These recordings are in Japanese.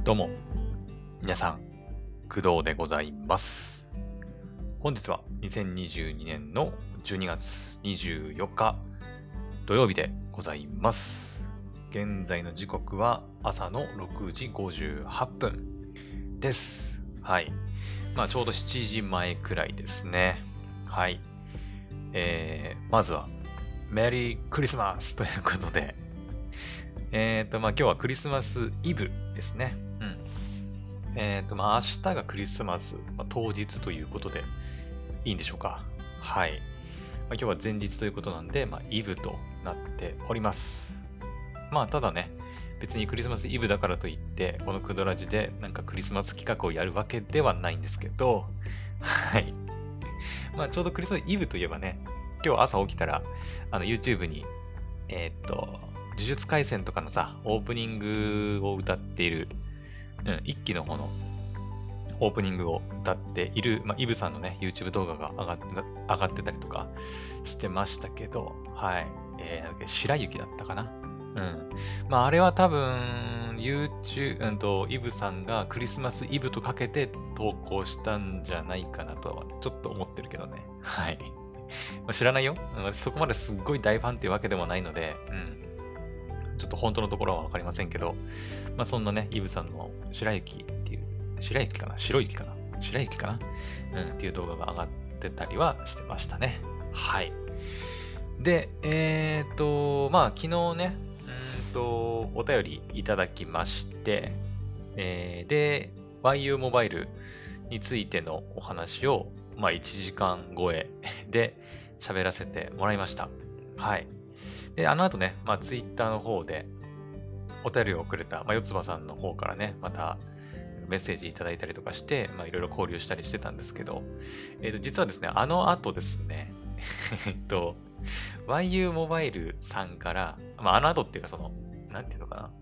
どうも、皆さん、工藤でございます。本日は2022年の12月24日土曜日でございます。現在の時刻は朝の6時58分です。はい。ちょうど7時前くらいですね。はい。まずは、メリークリスマスということで、今日はクリスマスイブですね。明日がクリスマス、当日ということでいいんでしょうか。はい。今日は前日ということなんで、イブとなっております。ただね、別にクリスマスイブだからといって、このクドラジでなんかクリスマス企画をやるわけではないんですけど、はい。ちょうどクリスマスイブといえばね、今日朝起きたら、YouTube に、呪術廻戦とかのさ、オープニングを歌っている、一期の方のオープニングを歌っている、イブさんのね、YouTube 動画が上がってたりとかしてましたけど、はい。白雪だったかな。あれは多分、イブさんがクリスマスイブとかけて投稿したんじゃないかなとは、ちょっと思ってるけどね。はい。知らないよ。そこまですっごい大ファンっていうわけでもないので、ちょっと本当のところはわかりませんけど、そんなね、イブさんの白雪っていう、白雪かな白雪かな白雪かなっていう動画が上がってたりはしてましたね。はい。で、昨日ね、お便りいただきまして、で、YU モバイルについてのお話を、1時間超えで喋らせてもらいました。はい。で、あの後ね、ツイッターの方でお便りをくれた、四つ葉さんの方からね、またメッセージいただいたりとかして、いろいろ交流したりしてたんですけど、実はですね、あの後ですね、YU モバイルさんから、あの後っていうかなんていうのかな、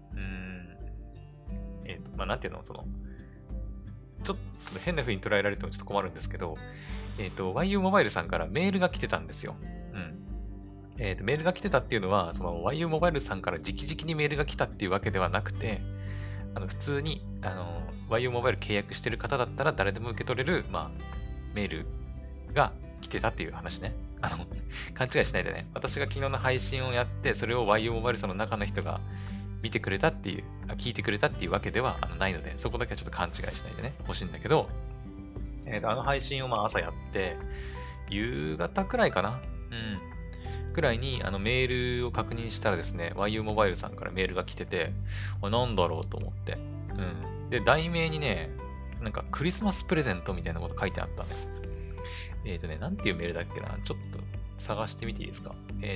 なんていうの、ちょっと変な風に捉えられてもちょっと困るんですけど、YU モバイルさんからメールが来てたんですよ。メールが来てたっていうのは、YU モバイルさんから直々にメールが来たっていうわけではなくて、普通に、YU モバイル契約してる方だったら誰でも受け取れる、メールが来てたっていう話ね。勘違いしないでね。私が昨日の配信をやって、それを YU モバイルさんの中の人が見てくれたっていう、聞いてくれたっていうわけではないので、そこだけはちょっと勘違いしないでね、欲しいんだけど、あの配信を朝やって、夕方くらいかなくらいにメールを確認したらですね、YU モバイルさんからメールが来てて、なんだろうと思って。で、題名にね、なんかクリスマスプレゼントみたいなこと書いてあったね。なんていうメールだっけな、ちょっと探してみていいですか。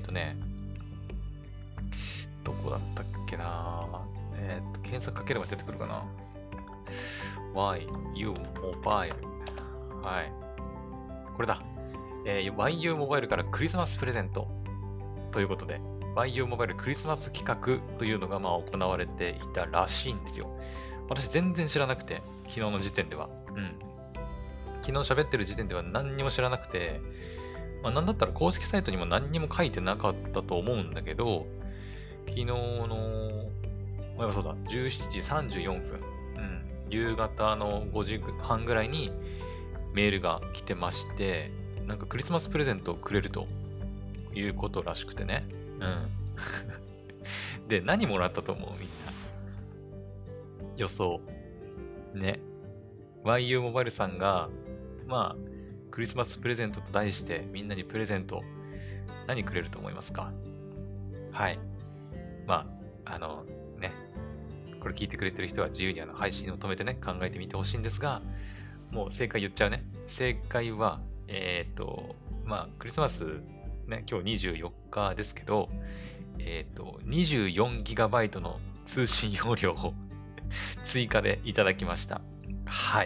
どこだったっけな。検索かければ出てくるかな。YU モバイル。はい。これだ。YU モバイルからクリスマスプレゼント。ということで、YU モバイルクリスマス企画というのが行われていたらしいんですよ。私全然知らなくて、昨日の時点では。昨日喋ってる時点では何にも知らなくて、なんだったら公式サイトにも何にも書いてなかったと思うんだけど、昨日の、そうだ、17時34分、夕方の5時半ぐらいにメールが来てまして、なんかクリスマスプレゼントをくれるということらしくてね。で、何もらったと思うみんな。予想。ね。YU モバイルさんが、クリスマスプレゼントと題してみんなにプレゼント何くれると思いますか？はい。ね。これ聞いてくれてる人は自由に配信を止めてね、考えてみてほしいんですが、もう正解言っちゃうね。正解は、クリスマスね、今日24日ですけど、24GB の通信容量を追加でいただきました。はい。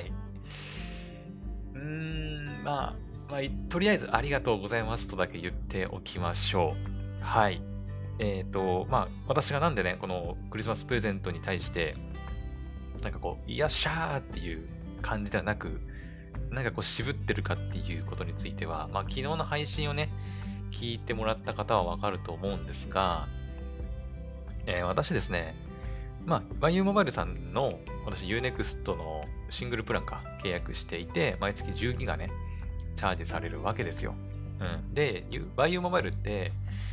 とりあえずありがとうございますとだけ言っておきましょう。はい。私がなんでね、このクリスマスプレゼントに対して、なんかこう、いやっしゃーっていう感じではなく、なんかこう渋ってるかっていうことについては、昨日の配信をね、聞いてもらった方はわかると思うんですが、私ですね、 まあ、YU モバイルさんの、私 Unext のシングルプランか、契約していて、毎月10ギガね、チャージされるわけですよ。で、YU モバイルって、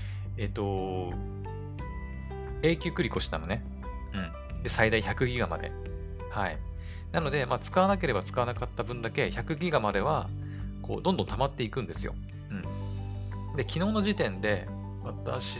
永久繰り越しなのね。で、最大100ギガまで。はい。なので、まあ、使わなければ使わなかった分だけ、100ギガまでは、こう、どんどん溜まっていくんですよ。で、昨日の時点で、私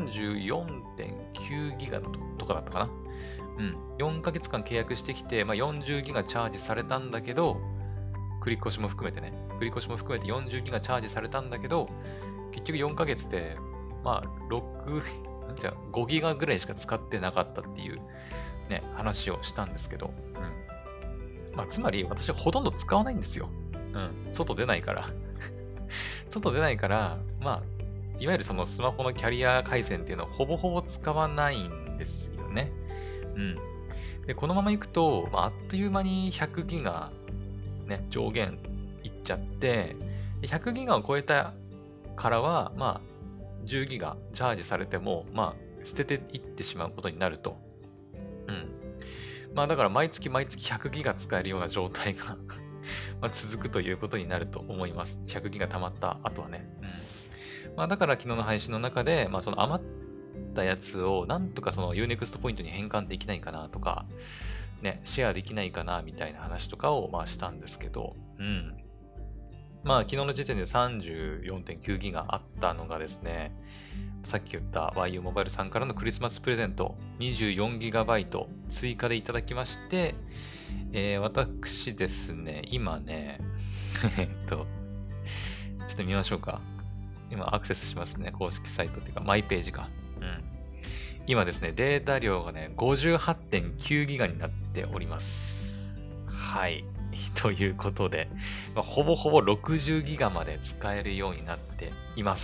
34.9ギガとかだったかな。4ヶ月間契約してきて、まあ、40ギガチャージされたんだけど、繰り越しも含めてね、繰り越しも含めて40ギガチャージされたんだけど、結局4ヶ月で、まあ、5ギガぐらいしか使ってなかったっていうね、話をしたんですけど、まあ、つまり私はほとんど使わないんですよ。外出ないから。外出ないから、まあ、いわゆるそのスマホのキャリア回線っていうのはほぼほぼ使わないんですよね。で、このまま行くと、まあ、あっという間に100ギガ、ね、上限いっちゃって、100ギガを超えたからは、まあ、10ギガチャージされても、まあ、捨てていってしまうことになると。まあ、だから毎月毎月100ギガ使えるような状態がまあ続くということになると思います。100ギガ溜まった後はね。まあ、だから昨日の配信の中で、まあ、その余ったやつをなんとかその Unext ポイントに変換できないかなとか、ね、シェアできないかなみたいな話とかをまあしたんですけど、まあ昨日の時点で 34.9 ギガあったのがですね、さっき言った YU モバイルさんからのクリスマスプレゼント 24GB 追加でいただきまして、私ですね、今ね、ちょっと見ましょうか。今アクセスしますね。公式サイトっていうか、マイページか。今ですね、データ量がね、58.9ギガになっております。はい。ということで、まあ、ほぼほぼ60ギガまで使えるようになっています。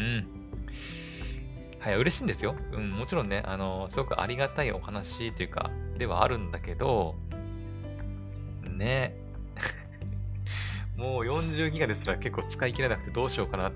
はい、嬉しいんですよ。もちろんね、すごくありがたいお話というか、ではあるんだけど、ね。もう40ギガですら結構使い切れなくてどうしようかなって、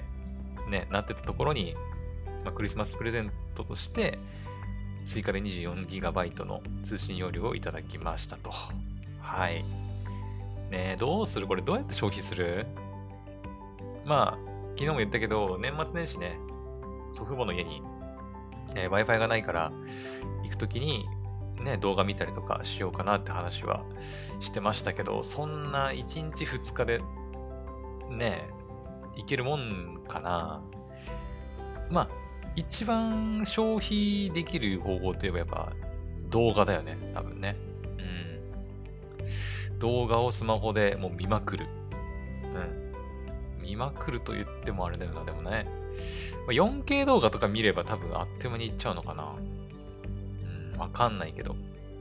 ね、なってたところに、まあ、クリスマスプレゼントとして、追加で 24GB の通信容量をいただきましたと。はい。ね、どうするこれどうやって消費する？まあ、昨日も言ったけど、年末年始ね、祖父母の家に、Wi-Fi がないから、行くときに、ね、動画見たりとかしようかなって話はしてましたけど、そんな1日2日で、ね、いけるもんかな。まあ、一番消費できる方法といえばやっぱ動画だよね、多分ね。動画をスマホでもう見まくる。見まくると言ってもあれだよな、でもね。4K 動画とか見れば多分あっという間にいっちゃうのかな。わかんないけど。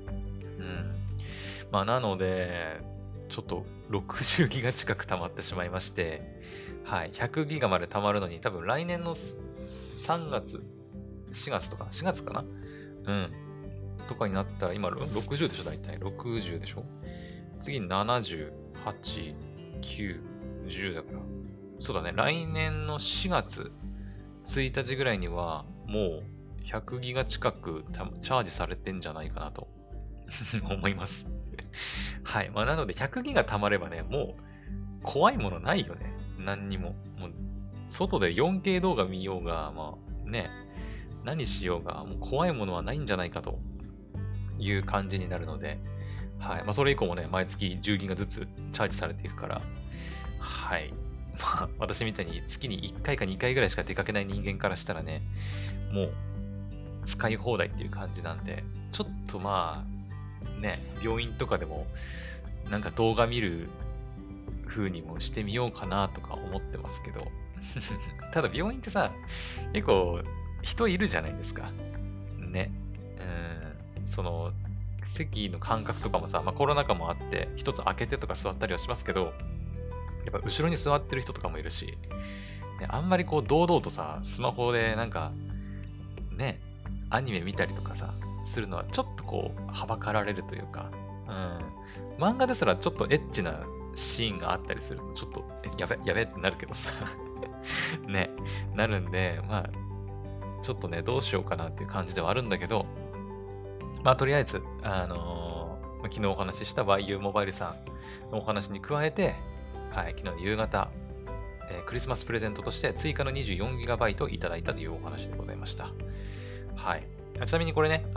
まあなので、ちょっと60ギガ近く溜まってしまいまして、はい、100ギガまで溜まるのに多分来年の3月、4月とか、4月かなとかになったら、今60でしょ、大体。60でしょ次70、8、9、10だから。そうだね、来年の4月1日ぐらいには、もう100ギガ近くチャージされてんじゃないかなと思います。はい。まあ、なので100ギガ溜まればね、もう怖いものないよね。何にも。もう外で 4K 動画見ようが、まあね、何しようが、もう怖いものはないんじゃないかという感じになるので、はい。まあ、それ以降もね、毎月10ギガずつチャージされていくから、はい。まあ、私みたいに月に1回か2回ぐらいしか出かけない人間からしたらね、もう使い放題っていう感じなんで、ちょっとまあ、ね、病院とかでも、なんか動画見る風にもしてみようかなとか思ってますけど、ただ病院ってさ、結構人いるじゃないですか。ね。その、席の間隔とかもさ、まあコロナ禍もあって、一つ開けてとか座ったりはしますけど、やっぱ後ろに座ってる人とかもいるし、ね、あんまりこう堂々とさ、スマホでなんか、ね、アニメ見たりとかさ、するのはちょっとこう、はばかられるというか、漫画ですらちょっとエッチなシーンがあったりすると、ちょっと、やべってなるけどさ、ね、なるんで、まあ、ちょっとね、どうしようかなっていう感じではあるんだけど、 まあ、とりあえず、昨日お話しした YU モバイルさんのお話に加えて、はい、昨日の夕方、クリスマスプレゼントとして追加の 24GB をいただいたというお話でございました。はい。ちなみにこれね、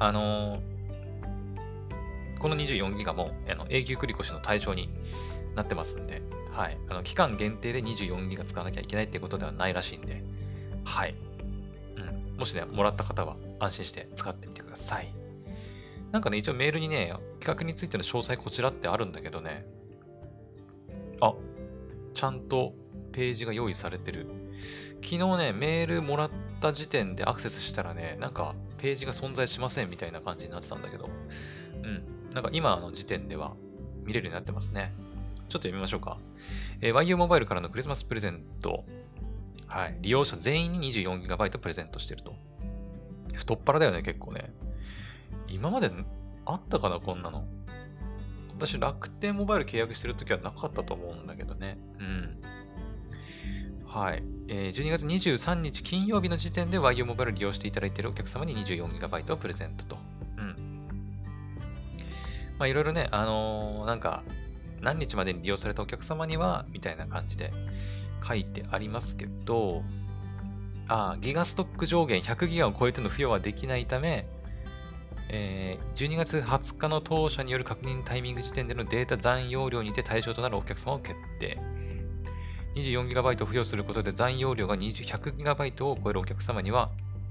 この 24GB も永久繰越の対象になってますんで、はい。期間限定で 24GB 使わなきゃいけないっていうことではないらしいんで、はい。うん。もしね、もらった方は安心して使ってみてください。なんかね、一応メールにね、企画についての詳細こちらってあるんだけどね、あ、ちゃんとページが用意されてる。昨日ね、メールもらった時点でアクセスしたらね、なんかページが存在しませんみたいな感じになってたんだけど、うん。なんか今の時点では見れるようになってますね。ちょっと読みましょうか。YU モバイルからのクリスマスプレゼント。はい。利用者全員に 24GB プレゼントしてると。太っ腹だよね、結構ね。今まであったかな、こんなの。私、楽天モバイル契約してるときはなかったと思うんだけどね。うん。はい。12月23日金曜日の時点で YU モバイル利用していただいているお客様に 24GB をプレゼントと。うん。まあ、いろいろね、なんか、何日までに利用されたお客様には、みたいな感じで書いてありますけど、ギガストック上限100ギガを超えての付与はできないため、12月20日の当社による確認タイミング時点でのデータ残容量にて対象となるお客様を決定。24GB 付与することで残容量が 100GB を超えるお客様には、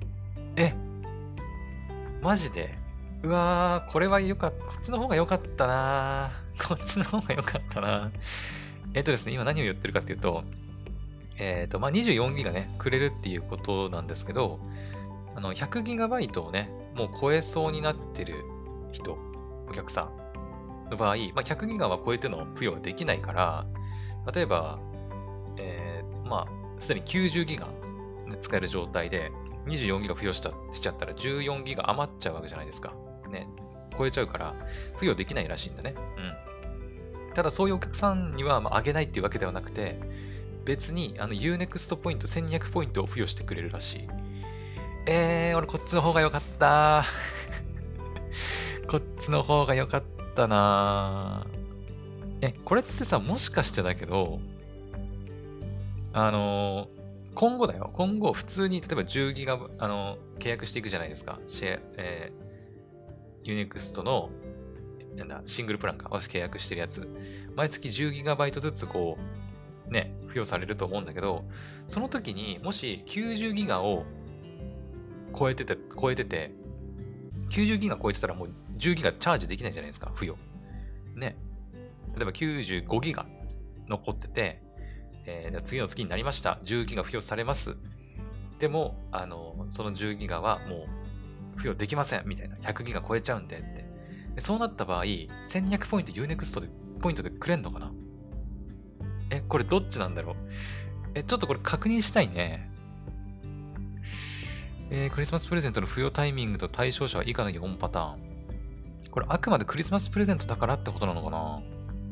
マジでうわー、これはよかった。こっちの方が良かったなこっちの方が良かったなですね、今何を言ってるかっていうと、まあ、24GB ね、くれるっていうことなんですけど、100GB をね、もう超えそうになってる人、お客さんの場合、まあ、100GB は超えての付与はできないから、例えば、まあ、すでに 90GB 使える状態で、24GB 付与しちゃったら 14GB 余っちゃうわけじゃないですか。ね。超えちゃうから、付与できないらしいんだね。うん。ただ、そういうお客さんには、まあ、あげないっていうわけではなくて、別に、Unext ポイント1200ポイントを付与してくれるらしい。俺こっちの方が良かった。こっちの方が良かったな。これってさ、もしかしてだけど、今後だよ。今後、普通に、例えば10ギガ、契約していくじゃないですか。Unext の、シングルプランか。私契約してるやつ。毎月 10GB ずつ、こう、ね、付与されると思うんだけど、その時にもし90ギガを超えてて、90ギガ超えてたらもう10ギガチャージできないじゃないですか、付与。ね。例えば95ギガ残ってて、次の月になりました。10ギガ付与されます。でも、その10ギガはもう付与できません。みたいな。100ギガ超えちゃうんでって。でそうなった場合、1200ポイント Unext でポイントでくれんのかな？これどっちなんだろう？ちょっとこれ確認したいね。クリスマスプレゼントの付与タイミングと対象者は以下の4パターン。これあくまでクリスマスプレゼントだからってことなのかな？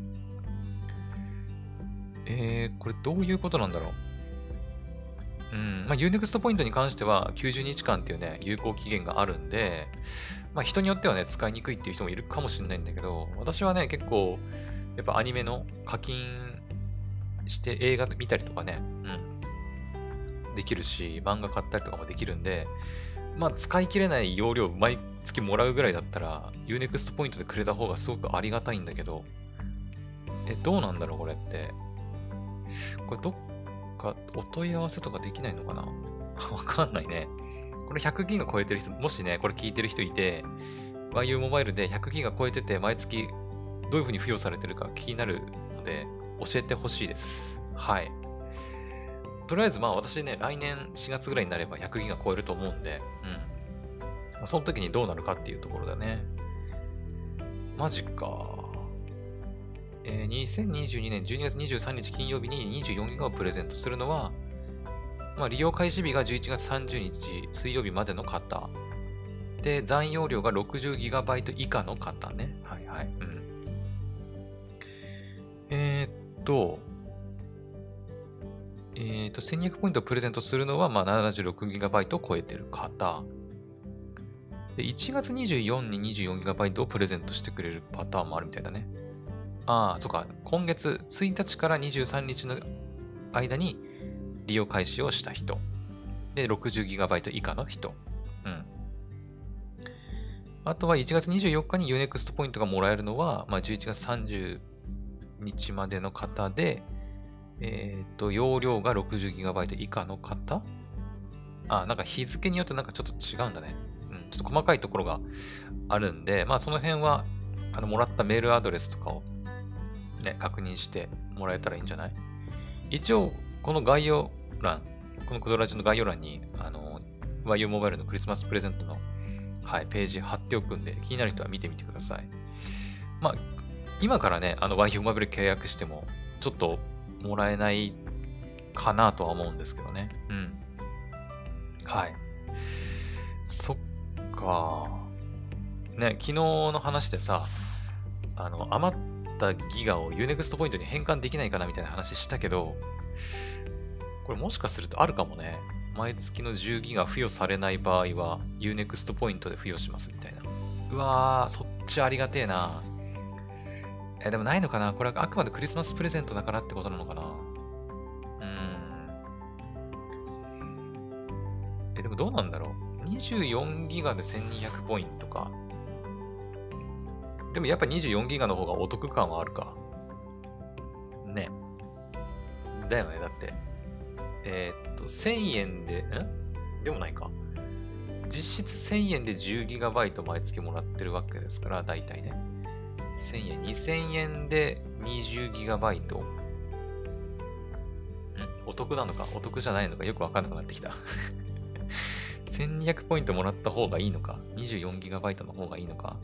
これどういうことなんだろう？まあ、Unext ポイントに関しては90日間っていうね、有効期限があるんで、まあ人によってはね、使いにくいっていう人もいるかもしれないんだけど、私はね、結構、やっぱアニメの課金して映画見たりとかね、できるし、漫画買ったりとかもできるんで、まあ使い切れない容量毎月もらうぐらいだったら、Unext ポイントでくれた方がすごくありがたいんだけど、どうなんだろうこれって。これどっかお問い合わせとかできないのかなわかんないね。これ100ギガ超えてる人、もしね、これ聞いてる人いて、YU モバイルで100ギガ超えてて、毎月どういう風に付与されてるか気になるので、教えてほしいです。はい。とりあえずまあ私ね、来年4月ぐらいになれば100ギガ超えると思うんで、その時にどうなるかっていうところだね。マジか。2022年12月23日金曜日に24ギガをプレゼントするのは、まあ利用開始日が11月30日水曜日までの方。で、残容量が 60GB 以下の方ね。はいはい。1200ポイントをプレゼントするのは、まあ、76GB を超えてる方。 で、1月24に 24GB をプレゼントしてくれるパターンもあるみたいだね。ああ、そっか。今月1日から23日の間に利用開始をした人。で、60GB 以下の人。うん。あとは1月24日に Unext ポイントがもらえるのは、まあ、11月30日までの方で、容量が 60GB 以下の方。なんか日付によってなんかちょっと違うんだね。うん、ちょっと細かいところがあるんで、まあその辺は、もらったメールアドレスとかをね、確認してもらえたらいいんじゃない？一応、この概要欄、このクドラジの概要欄に、YU モバイルのクリスマスプレゼントの、はい、ページ貼っておくんで、気になる人は見てみてください。まあ、今からね、YU モバイル契約しても、ちょっともらえないかなとは思うんですけどね。うん。はい。そっか。ね、昨日の話でさ、余ったギガを Unext ポイントに変換できないかなみたいな話したけど、これもしかするとあるかもね。毎月の10ギガ付与されない場合は Unext ポイントで付与しますみたいな。うわー、そっちありがてえな。でもないのかな？これはあくまでクリスマスプレゼントだからってことなのかな？でもどうなんだろう？ 24 ギガで1200ポイントか。でもやっぱ24ギガの方がお得感はあるか。ね。だよね、だって。1000円で、でもないか。実質1000円で 10GB 毎月もらってるわけですから、だいたいね。1000円、2000円で 20GB。お得なのか、お得じゃないのかよくわかんなくなってきた。1200ポイントもらった方がいいのか、24GB の方がいいのか。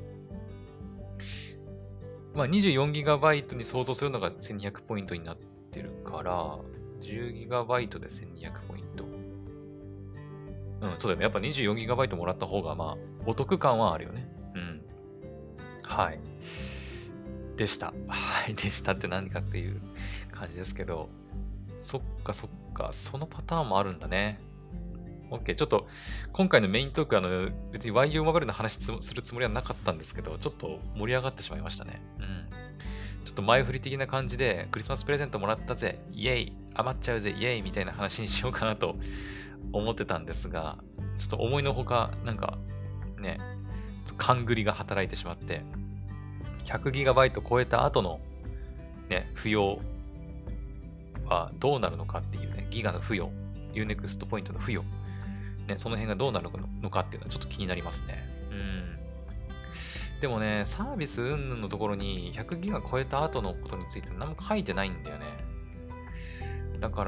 まあ 24GB に相当するのが1200ポイントになってるから、10GB で1200ポイント。そうだよね。やっぱ 24GB もらった方が、まあ、お得感はあるよね。はい。でした。はい。でしたって何かっていう感じですけど。そっかそっか。そのパターンもあるんだね。OK。ちょっと、今回のメイントーク、別に YU モバイルの話するつもりはなかったんですけど、ちょっと盛り上がってしまいましたね。ちょっと前振り的な感じで、クリスマスプレゼントもらったぜ、イェイ、余っちゃうぜ、イェイみたいな話にしようかなと思ってたんですが、ちょっと思いのほか、なんか、ね、勘繰りが働いてしまって、100GB 超えた後の、ね、付与はどうなるのかっていうね、ギガの付与、Unext ポイントの付与、ね、その辺がどうなるのかっていうのはちょっと気になりますね。でもね、サービス云々のところに100ギガ超えた後のことについて何も書いてないんだよね。だから、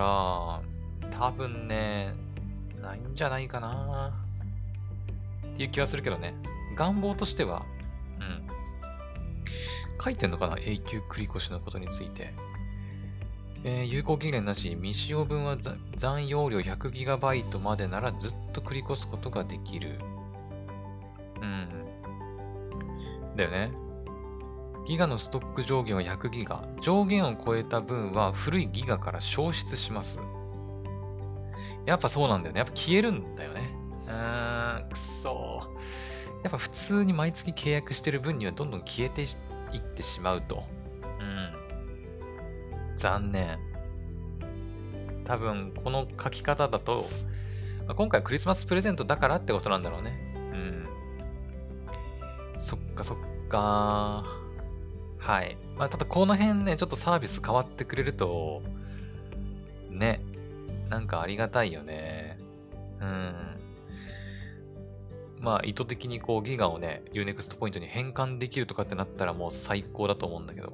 多分ね、ないんじゃないかなっていう気はするけどね。願望としては、書いてんのかな？永久繰越のことについて。有効期限なし、未使用分は残容量 100GB までならずっと繰り越すことができる。だよね。ギガのストック上限は100ギガ。上限を超えた分は古いギガから消失します。やっぱそうなんだよね。やっぱ消えるんだよね。くそー。やっぱ普通に毎月契約してる分にはどんどん消えていってしまうと。残念。多分、この書き方だと、今回クリスマスプレゼントだからってことなんだろうね。そっかそっか。はい。ただこの辺ね、ちょっとサービス変わってくれると、ね、なんかありがたいよね。意図的にこうギガをね、Unext ポイントに変換できるとかってなったらもう最高だと思うんだけど。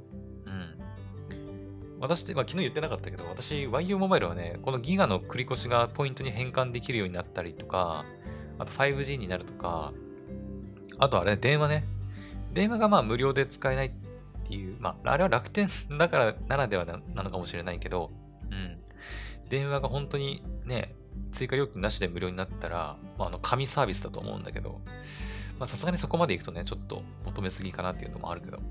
私って、昨日言ってなかったけど、私、YU モバイルはね、このギガの繰り越しがポイントに変換できるようになったりとか、あと 5G になるとか、あとあれ、電話ね。電話が無料で使えないっていう、あれは楽天だからならではなのかもしれないけど、電話が本当にね、追加料金なしで無料になったら、神サービスだと思うんだけど、さすがにそこまで行くとね、ちょっと求めすぎかなっていうのもあるけど、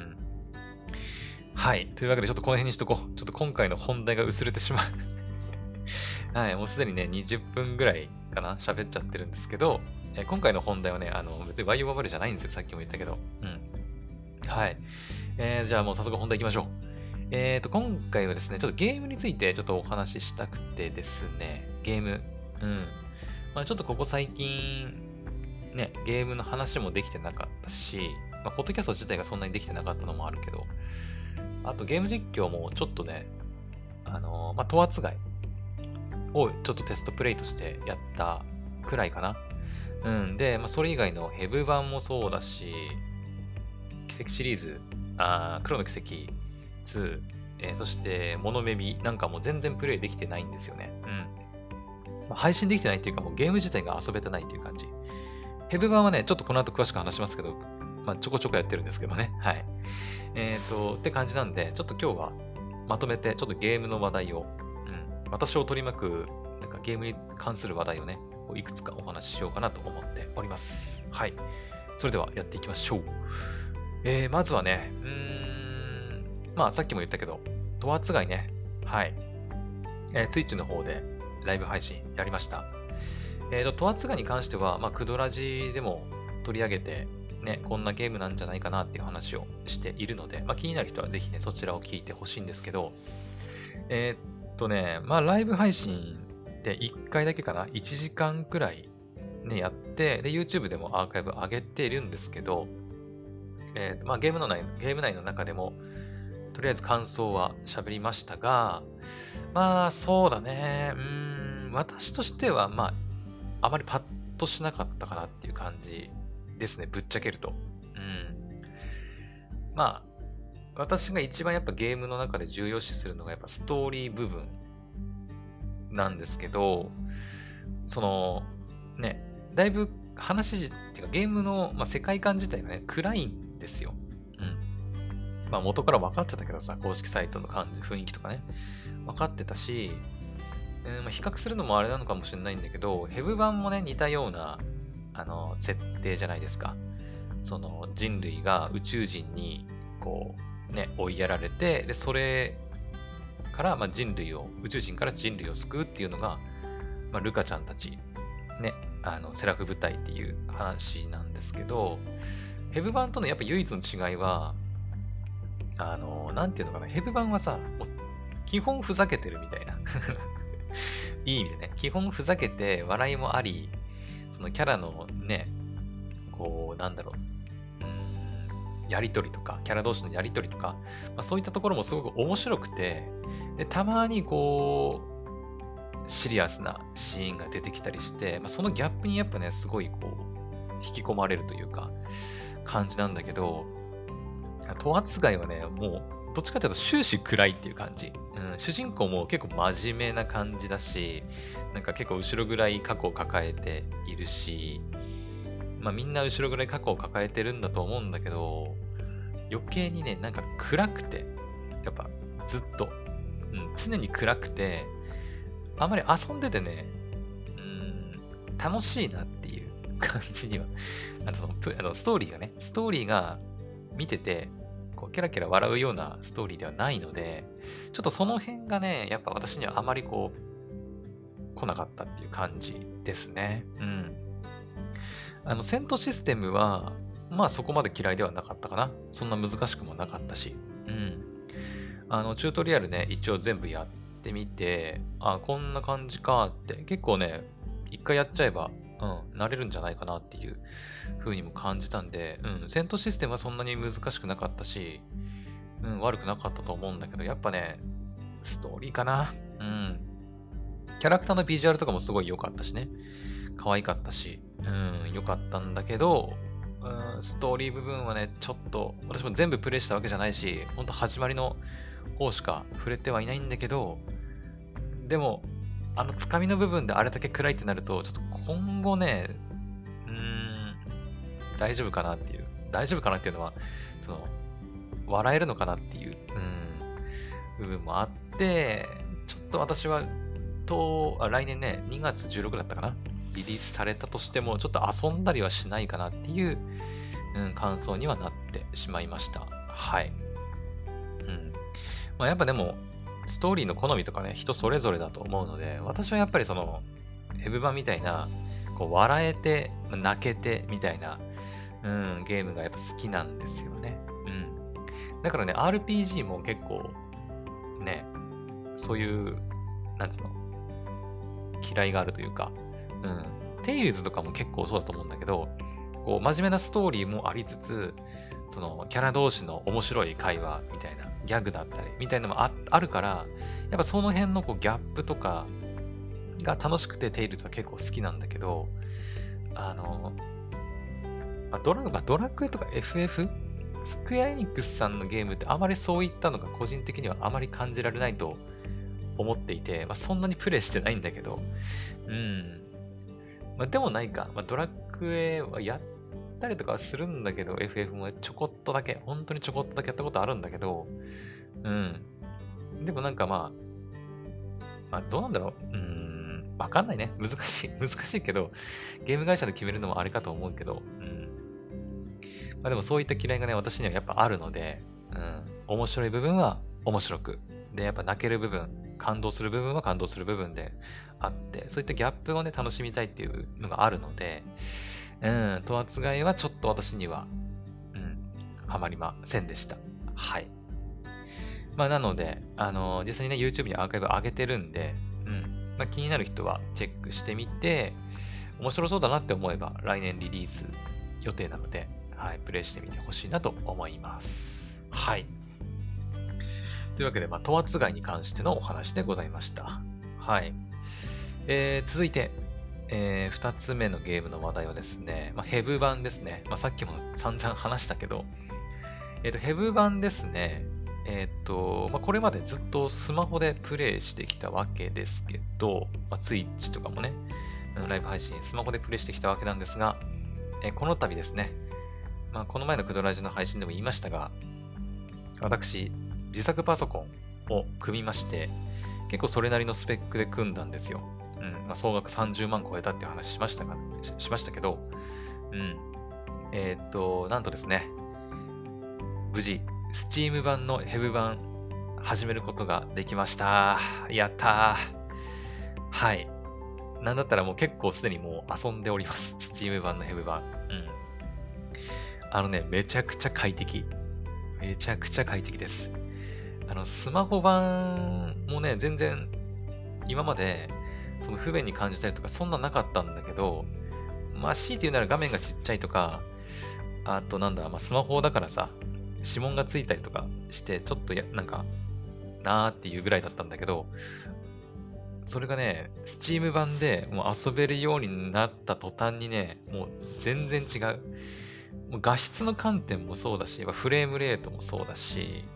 はい。というわけで、ちょっとこの辺にしとこう。ちょっと今回の本題が薄れてしまう。はい。もうすでにね、20分ぐらいかな、喋っちゃってるんですけど、 今回の本題はね、別にバイオバブルじゃないんですよ。さっきも言ったけど。うん。はい。じゃあもう早速本題行きましょう。今回はですね、ちょっとゲームについてちょっとお話ししたくてですね、ゲーム。うん。まあちょっとここ最近、ね、ゲームの話もできてなかったし、まあ、ポッドキャスト自体がそんなにできてなかったのもあるけど、あとゲーム実況もちょっとね、まあ、トワツガイをちょっとテストプレイとしてやったくらいかな。うん。で、まあ、それ以外のヘブ版もそうだし、奇跡シリーズ、黒の奇跡2、そして、モノメミなんかも全然プレイできてないんですよね。うん。まあ、配信できてないっていうか、もうゲーム自体が遊べてないっていう感じ。ヘブ版はね、ちょっとこの後詳しく話しますけど、まあ、ちょこちょこやってるんですけどね。はい。って感じなんで、ちょっと今日はまとめて、ちょっとゲームの話題を、私を取り巻く、なんかゲームに関する話題をね、いくつかお話ししようかなと思っております。はい。それではやっていきましょう。まずはね、まあさっきも言ったけど、トワツガイね。はい。Twitch の方でライブ配信やりました。トワツガイに関しては、まあクドラジでも取り上げて、ね、こんなゲームなんじゃないかなっていう話をしているので、まあ気になる人はぜひね、そちらを聞いてほしいんですけど、まあライブ配信で1回だけかな、1時間くらいね、やって、で、YouTube でもアーカイブ上げているんですけど、まあゲーム内の中でも、とりあえず感想は喋りましたが、まあそうだね、私としては、まあ、あまりパッとしなかったかなっていう感じですね、ぶっちゃけると。まあ、私が一番やっぱゲームの中で重要視するのがやっぱストーリー部分なんですけど、その、ね、だいぶ話っていうかゲームの、まあ、世界観自体がね、暗いんですよ。まあ元から分かってたけどさ、公式サイトの感じ、雰囲気とかね、分かってたし、まあ、比較するのもあれなのかもしれないんだけど、ヘブ版もね、似たような、設定じゃないですか。その人類が宇宙人に、こう、ね、追いやられて、で、それから、まあ、宇宙人から人類を救うっていうのが、まあ、ルカちゃんたち、ね、セラフ部隊っていう話なんですけど、ヘブ版とのやっぱ唯一の違いは、なんていうのかな、ヘブ版はさ、もう基本ふざけてるみたいな。いい意味でね、基本ふざけて笑いもあり、そのキャラのね、こう、なんだろう、やりとりとか、キャラ同士のやりとりとか、まあ、そういったところもすごく面白くて、で、たまにこう、シリアスなシーンが出てきたりして、まあ、そのギャップにやっぱね、すごいこう、引き込まれるというか、感じなんだけど、トアツガイはね、もう、どっちかというと終始暗いっていう感じ。主人公も結構真面目な感じだし、なんか結構後ろ暗い過去を抱えているし、まあみんな後ろ暗い過去を抱えてるんだと思うんだけど、余計にね、なんか暗くて、やっぱずっと、常に暗くて、あまり遊んでてね、楽しいなっていう感じには、ストーリーが見てて、こう、キャラキャラ笑うようなストーリーではないので、ちょっとその辺がね、やっぱ私にはあまりこう、来なかったっていう感じですね。戦闘システムは、まあそこまで嫌いではなかったかな。そんな難しくもなかったし。チュートリアルね、一応全部やってみて、こんな感じかって、結構ね、一回やっちゃえば、慣れるんじゃないかなっていう風にも感じたんで、戦闘システムはそんなに難しくなかったし、悪くなかったと思うんだけど、やっぱね、ストーリーかな。キャラクターのビジュアルとかもすごい良かったしね。可愛かったし、良かったんだけど、ストーリー部分はね、ちょっと、私も全部プレイしたわけじゃないし、ほんと始まりの方しか触れてはいないんだけど、でも、つかみの部分であれだけ暗いってなると、ちょっと今後ね、大丈夫かなっていう、大丈夫かなっていうのは、その、笑えるのかなっていう、部分もあって、ちょっと私は、来年ね、2月16だったかなリリースされたとしても、ちょっと遊んだりはしないかなっていう、感想にはなってしまいました。はい。まあ、やっぱでも、ストーリーの好みとかね、人それぞれだと思うので、私はやっぱりその、ヘブ版みたいな、 こう笑えて、泣けて、みたいな、ゲームがやっぱ好きなんですよね。だからね、RPG も結構、ね、そういう、なんつうの、嫌いがあるというか、テイルズとかも結構そうだと思うんだけど、こう、真面目なストーリーもありつつ、その、キャラ同士の面白い会話みたいな、ギャグだったり、みたいなのもあるから、やっぱその辺のこうギャップとかが楽しくて、テイルズは結構好きなんだけど、ドラクエとか FF？ スクエアエニックスさんのゲームってあまりそういったのが個人的にはあまり感じられないと思っていて、そんなにプレイしてないんだけど、でもないか。ドラクエはやったりとかはするんだけど、FF もちょこっとだけ、本当にちょこっとだけやったことあるんだけど、でもなんかどうなんだろう。わかんないね。難しいけど、ゲーム会社で決めるのもあれかと思うけど、でもそういった嫌いがね、私にはやっぱあるので、面白い部分は面白く。で、やっぱ泣ける部分、感動する部分は感動する部分であって、そういったギャップをね、楽しみたいっていうのがあるので、とあつがいはちょっと私には、ハマりませんでした。はい。なので、実際にね、YouTube にアーカイブ上げてるんで、気になる人はチェックしてみて、面白そうだなって思えば、来年リリース予定なので、はい、プレイしてみてほしいなと思います。はい。というわけで、トワツガイに関してのお話でございました。はい。続いて、2つ目のゲームの話題はですね、ヘブ版ですね。さっきも散々話したけど、ヘブ版ですね。これまでずっとスマホでプレイしてきたわけですけど、Twitch とかもね、ライブ配信、スマホでプレイしてきたわけなんですが、この度ですね、この前のクドラジの配信でも言いましたが、私、自作パソコンを組みまして、結構それなりのスペックで組んだんですよ。総額30万超えたっていう話しましたけど、なんとですね、無事、Steam 版のヘブ版、始めることができました。やったー。はい。なんだったらもう結構すでにもう遊んでおります。Steam 版のヘブ版。めちゃくちゃ快適。めちゃくちゃ快適です。スマホ版もね、全然今までその不便に感じたりとかそんななかったんだけど、強いて言うなら画面がちっちゃいとか、あとスマホだからさ、指紋がついたりとかして、ちょっとなーっていうぐらいだったんだけど、それがね、Steam 版でもう遊べるようになった途端にね、もう全然違う。もう画質の観点もそうだし、フレームレートもそうだし、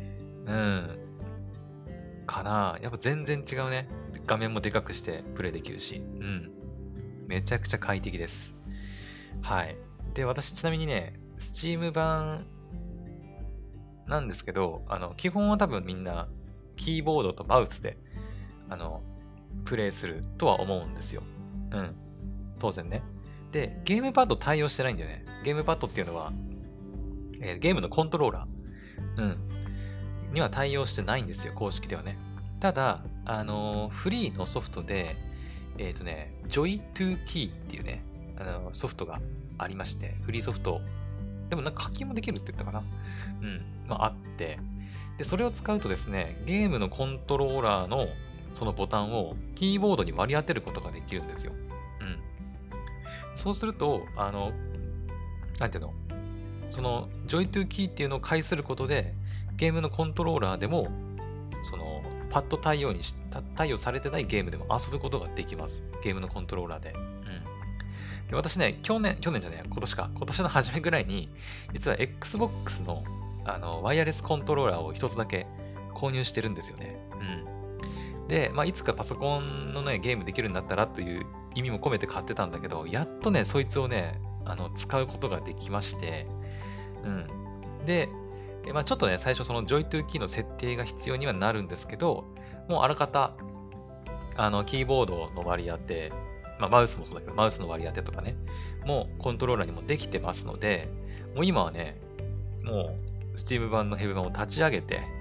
やっぱ全然違うね。画面もでかくしてプレイできるし、めちゃくちゃ快適です。はい。で、私ちなみにね、Steam 版なんですけど、基本は多分みんな、キーボードとマウスで、プレイするとは思うんですよ。当然ね。で、ゲームパッド対応してないんだよね。ゲームパッドっていうのは、ゲームのコントローラー、には対応してないんですよ、公式ではね。ただ、フリーのソフトで、Joy2Key っていうね、ソフトがありまして、フリーソフト、でも課金もできるって言ったかな。あって、で、それを使うとですね、ゲームのコントローラーのそのボタンをキーボードに割り当てることができるんですよ。そうすると、なんていうの、その Joy2Key っていうのを介することで、ゲームのコントローラーでも、その、パッド対応されてないゲームでも遊ぶことができます。ゲームのコントローラーで。で私ね、去年じゃねえや、今年の初めぐらいに、実は Xbox の、ワイヤレスコントローラーを一つだけ購入してるんですよね。で、いつかパソコンのね、ゲームできるようになったらという意味も込めて買ってたんだけど、やっとね、そいつをね、使うことができまして、で、ちょっとね、最初その Joy2Key の設定が必要にはなるんですけど、もうあらかた、キーボードの割り当て、マウスもそうだけど、マウスの割り当てとかね、もうコントローラーにもできてますので、もう今はね、もう Steam 版のヘブ版を立ち上げて、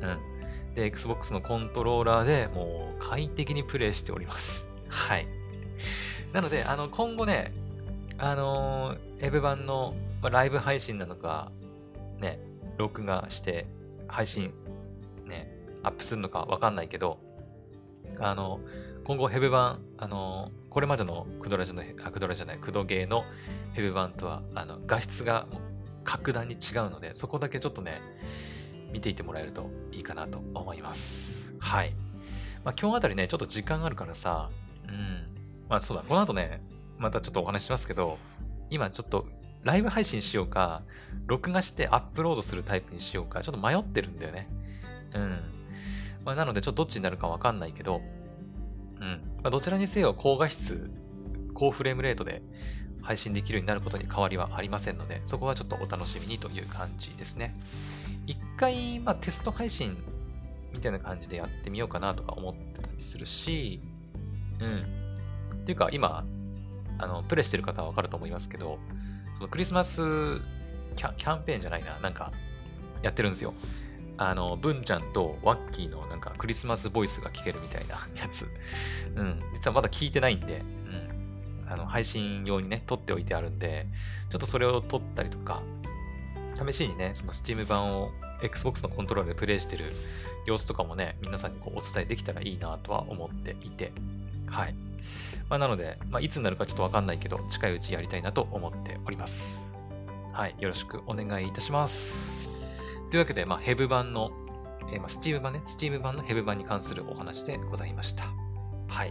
で、Xbox のコントローラーでもう快適にプレイしております。はい。 なので、今後ね、エブ版の、ライブ配信なのか、ね、録画して配信、ね、アップするのかわかんないけど、今後ヘブ版、これまでのクドラジの、クドラじゃない、クドゲーのヘブ版とは、画質が格段に違うので、そこだけちょっとね、見ていてもらえるといいかなと思います。はい。今日あたりね、ちょっと時間あるからさ、そうだ、この後ね、またちょっとお話しますけど、今ちょっとライブ配信しようか、録画してアップロードするタイプにしようか、ちょっと迷ってるんだよね。なので、ちょっとどっちになるかわかんないけど、どちらにせよ高画質、高フレームレートで配信できるようになることに変わりはありませんので、そこはちょっとお楽しみにという感じですね。一回、テスト配信みたいな感じでやってみようかなとか思ってたりするし、っていうか、今、プレイしてる方はわかると思いますけど、そのクリスマスキャンペーンじゃないな、なんか、やってるんですよ。文ちゃんとワッキーのなんかクリスマスボイスが聞けるみたいなやつ。実はまだ聞いてないんで、配信用にね、撮っておいてあるんで、ちょっとそれを撮ったりとか、試しにね、その Steam 版を Xbox のコントローラーでプレイしてる様子とかもね、皆さんにこうお伝えできたらいいなとは思っていて、はい。なので、いつになるかちょっとわかんないけど、近いうちやりたいなと思っております。はい。よろしくお願いいたします。というわけで、ヘブ版の、Steam 版ね、Steam 版のヘブ版に関するお話でございました。はい。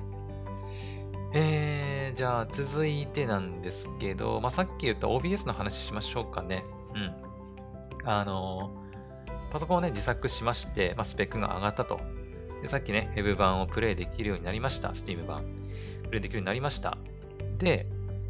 じゃあ続いてなんですけど、さっき言った OBS の話しましょうかね。パソコンをね、自作しまして、スペックが上がったと。で、さっきね、ヘブ版をプレイできるようになりました。Steam 版。プレイできるようになりました。で、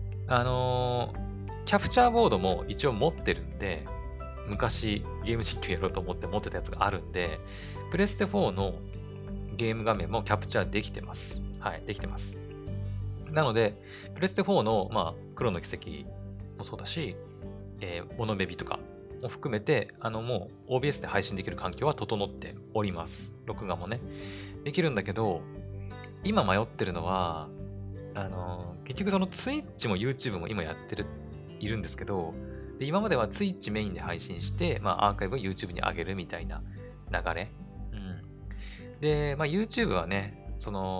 キャプチャーボードも一応持ってるんで、昔ゲーム実況やろうと思って持ってたやつがあるんで、プレステ4のゲーム画面もキャプチャーできてます。はい、できてます。なので、プレステ4の、黒の奇跡もそうだし、モノベビとかも含めて、もう OBS で配信できる環境は整っております。録画もね。できるんだけど、今迷ってるのは、結局その Twitch も YouTube も今いるんですけど、で今までは Twitch メインで配信して、アーカイブを YouTube に上げるみたいな流れ。で、YouTube はね、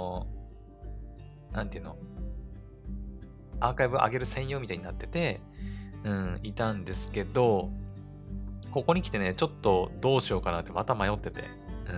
なんていうの、アーカイブ上げる専用みたいになってて、いたんですけど、ここに来てね、ちょっとどうしようかなってまた迷ってて。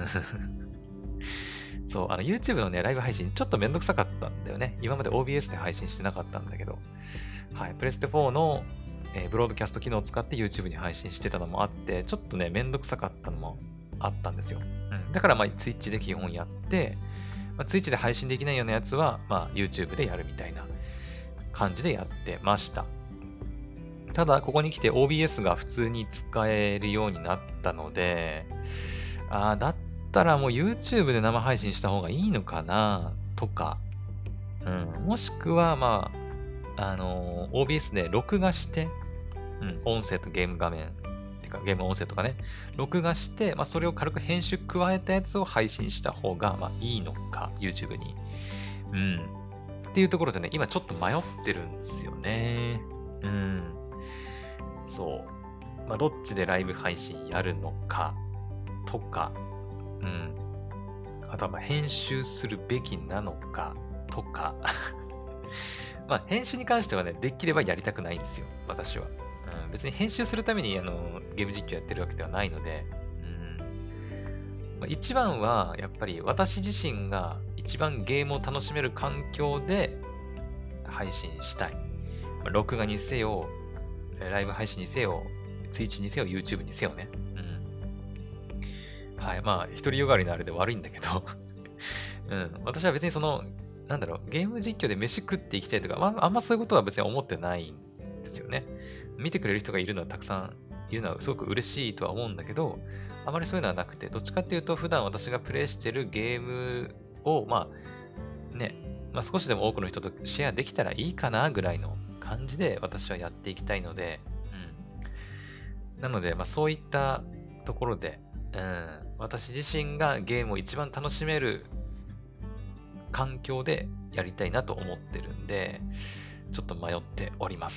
そう、YouTube のね、ライブ配信ちょっとめんどくさかったんだよね。今まで OBS で配信してなかったんだけど。はい、プレステ4の、ブロードキャスト機能を使って YouTube に配信してたのもあって、ちょっとね、めんどくさかったのもあったんですよ。だからTwitch で基本やって、Twitch で配信できないようなやつは、YouTube でやるみたいな感じでやってました。ただ、ここに来て OBS が普通に使えるようになったので、だったらもう YouTube で生配信した方がいいのかなとか、もしくは、OBS で録画して、音声とゲーム画面、てかゲーム音声とかね、録画して、それを軽く編集加えたやつを配信した方が、いいのか、YouTube に。っていうところでね、今ちょっと迷ってるんですよね。そう。どっちでライブ配信やるのか、とか、あとは編集するべきなのか、とか。編集に関してはね、できればやりたくないんですよ、私は。別に編集するためにゲーム実況やってるわけではないので、一番はやっぱり私自身が一番ゲームを楽しめる環境で配信したい。録画にせよ、ライブ配信にせよ、Twitch にせよ、YouTube にせよね。はい。独りよがりのあれで悪いんだけど、私は別にゲーム実況で飯食っていきたいとか、あんまそういうことは別に思ってないんですよね。見てくれる人がいるのはたくさんいるのはすごく嬉しいとは思うんだけど、あまりそういうのはなくて、どっちかっていうと普段私がプレイしてるゲームを、少しでも多くの人とシェアできたらいいかなぐらいの感じで私はやっていきたいので、なので、そういったところで、私自身がゲームを一番楽しめる環境でやりたいなと思ってるんで、ちょっと迷っております。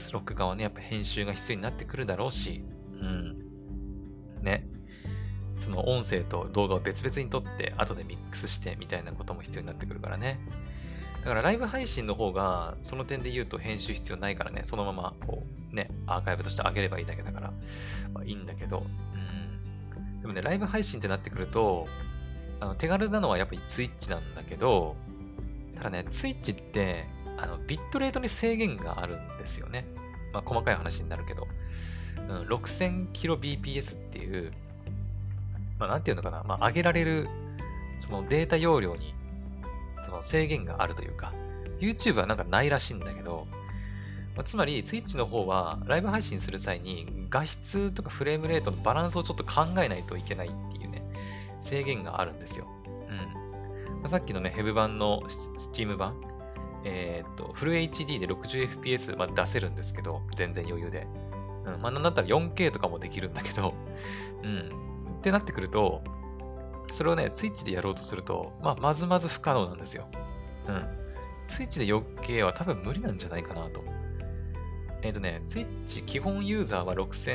録画はね、やっぱ編集が必要になってくるだろうし、ね。その音声と動画を別々に撮って、後でミックスしてみたいなことも必要になってくるからね。だからライブ配信の方が、その点で言うと編集必要ないからね、そのままこうね、アーカイブとして上げればいいだけだから、いいんだけど、でもね、ライブ配信ってなってくると、手軽なのはやっぱり Twitch なんだけど、ただね、Twitch って、ビットレートに制限があるんですよね。まあ、細かい話になるけど、6000kbps っていう、まあ、なんていうのかな、まあ、上げられる、そのデータ容量に、その制限があるというか、YouTube はなんかないらしいんだけど、まあ、つまり Twitch の方はライブ配信する際に画質とかフレームレートのバランスをちょっと考えないといけないっていうね、制限があるんですよ。まあ、さっきのね、ヘブ版のSteam 版、フル HD で 60fps まで出せるんですけど、全然余裕で。まあ、なんだったら 4K とかもできるんだけど、ってなってくると、それをね、Twitch でやろうとすると、まあ、まずまず不可能なんですよ。Twitch で 4K は多分無理なんじゃないかなと。Twitch 基本ユーザーは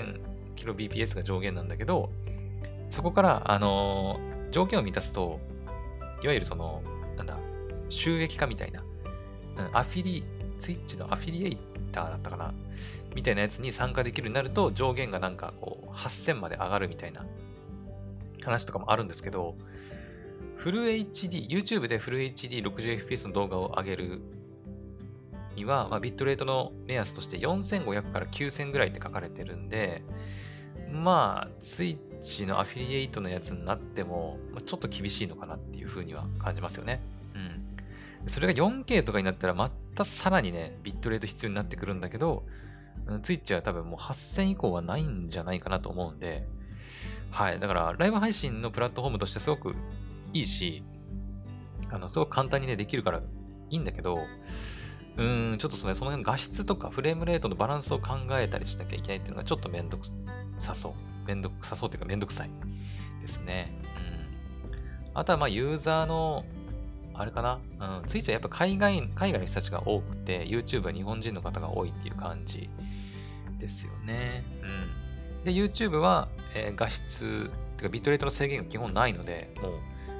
6000kbps が上限なんだけど、そこから、条件を満たすと、いわゆるその、収益化みたいな、Twitch のアフィリエイターだったかなみたいなやつに参加できるようになると、上限がなんかこう、8000まで上がるみたいな話とかもあるんですけど、フル HD、YouTube でフル HD60fps の動画を上げるには、まあ、ビットレートの目安として4500から9000ぐらいって書かれてるんで、まあ、Twitch のアフィリエイトのやつになっても、ちょっと厳しいのかなっていう風には感じますよね。それが 4K とかになったら、またさらにね、ビットレート必要になってくるんだけど、Twitch は多分もう8000以降はないんじゃないかなと思うんで、はい。だから、ライブ配信のプラットフォームとしてすごくいいし、すごく簡単にね、できるからいいんだけど、ちょっとその辺画質とかフレームレートのバランスを考えたりしなきゃいけないっていうのがちょっとめんどくさそう。めんどくさそうっていうかめんどくさいですね。あとはまあユーザーの、あれかな、Twitch はやっぱ海外の人たちが多くて、YouTube は日本人の方が多いっていう感じですよね。で、YouTube は、画質、てかビットレートの制限が基本ないので、もう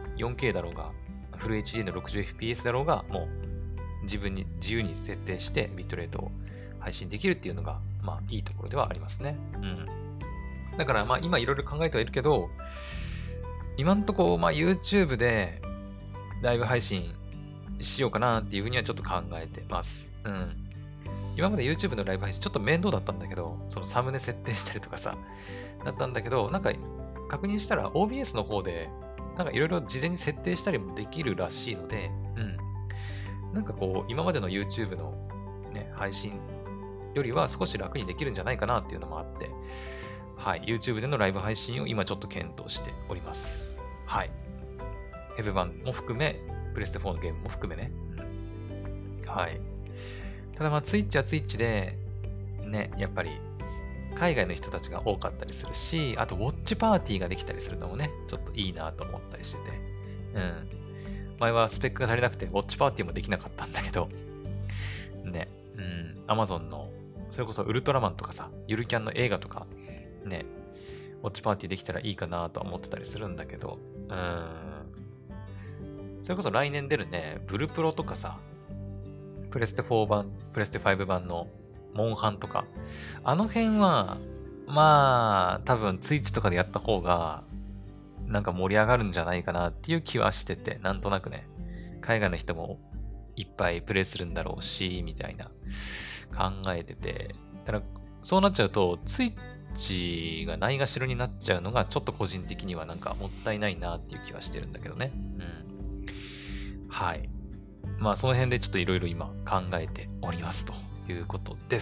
4K だろうが、フル HD の 60fps だろうが、もう自由に設定してビットレートを配信できるっていうのが、まあいいところではありますね。だからまあ今いろいろ考えてはいるけど、今んとこまあ YouTube でライブ配信しようかなっていうふうにはちょっと考えてます。今まで YouTube のライブ配信ちょっと面倒だったんだけど、そのサムネ設定したりとかさ、だったんだけど、なんか確認したら OBS の方で、なんかいろいろ事前に設定したりもできるらしいので、なんかこう、今までの YouTube のね、配信よりは少し楽にできるんじゃないかなっていうのもあって、はい、YouTube でのライブ配信を今ちょっと検討しております。はい。ヘブ版も含め、プレステ4のゲームも含めね。はい。ただまあ、Twitch は Twitch で、ね、やっぱり、海外の人たちが多かったりするし、あと、ウォッチパーティーができたりするのもね、ちょっといいなと思ったりしてて。前はスペックが足りなくて、ウォッチパーティーもできなかったんだけど、ね、Amazon の、それこそウルトラマンとかさ、ゆるキャンの映画とか、ね、ウォッチパーティーできたらいいかなとは思ってたりするんだけど、それこそ来年出るね、ブルプロとかさ、プレステ4版、プレステ5版のモンハンとか、あの辺は、まあ、多分Twitchとかでやった方が、なんか盛り上がるんじゃないかなっていう気はしてて、なんとなくね、海外の人もいっぱいプレイするんだろうし、みたいな考えてて、ただそうなっちゃうと、Twitchがないがしろになっちゃうのが、ちょっと個人的にはなんかもったいないなっていう気はしてるんだけどね。はい。まあ、その辺でちょっといろいろ今考えておりますということです。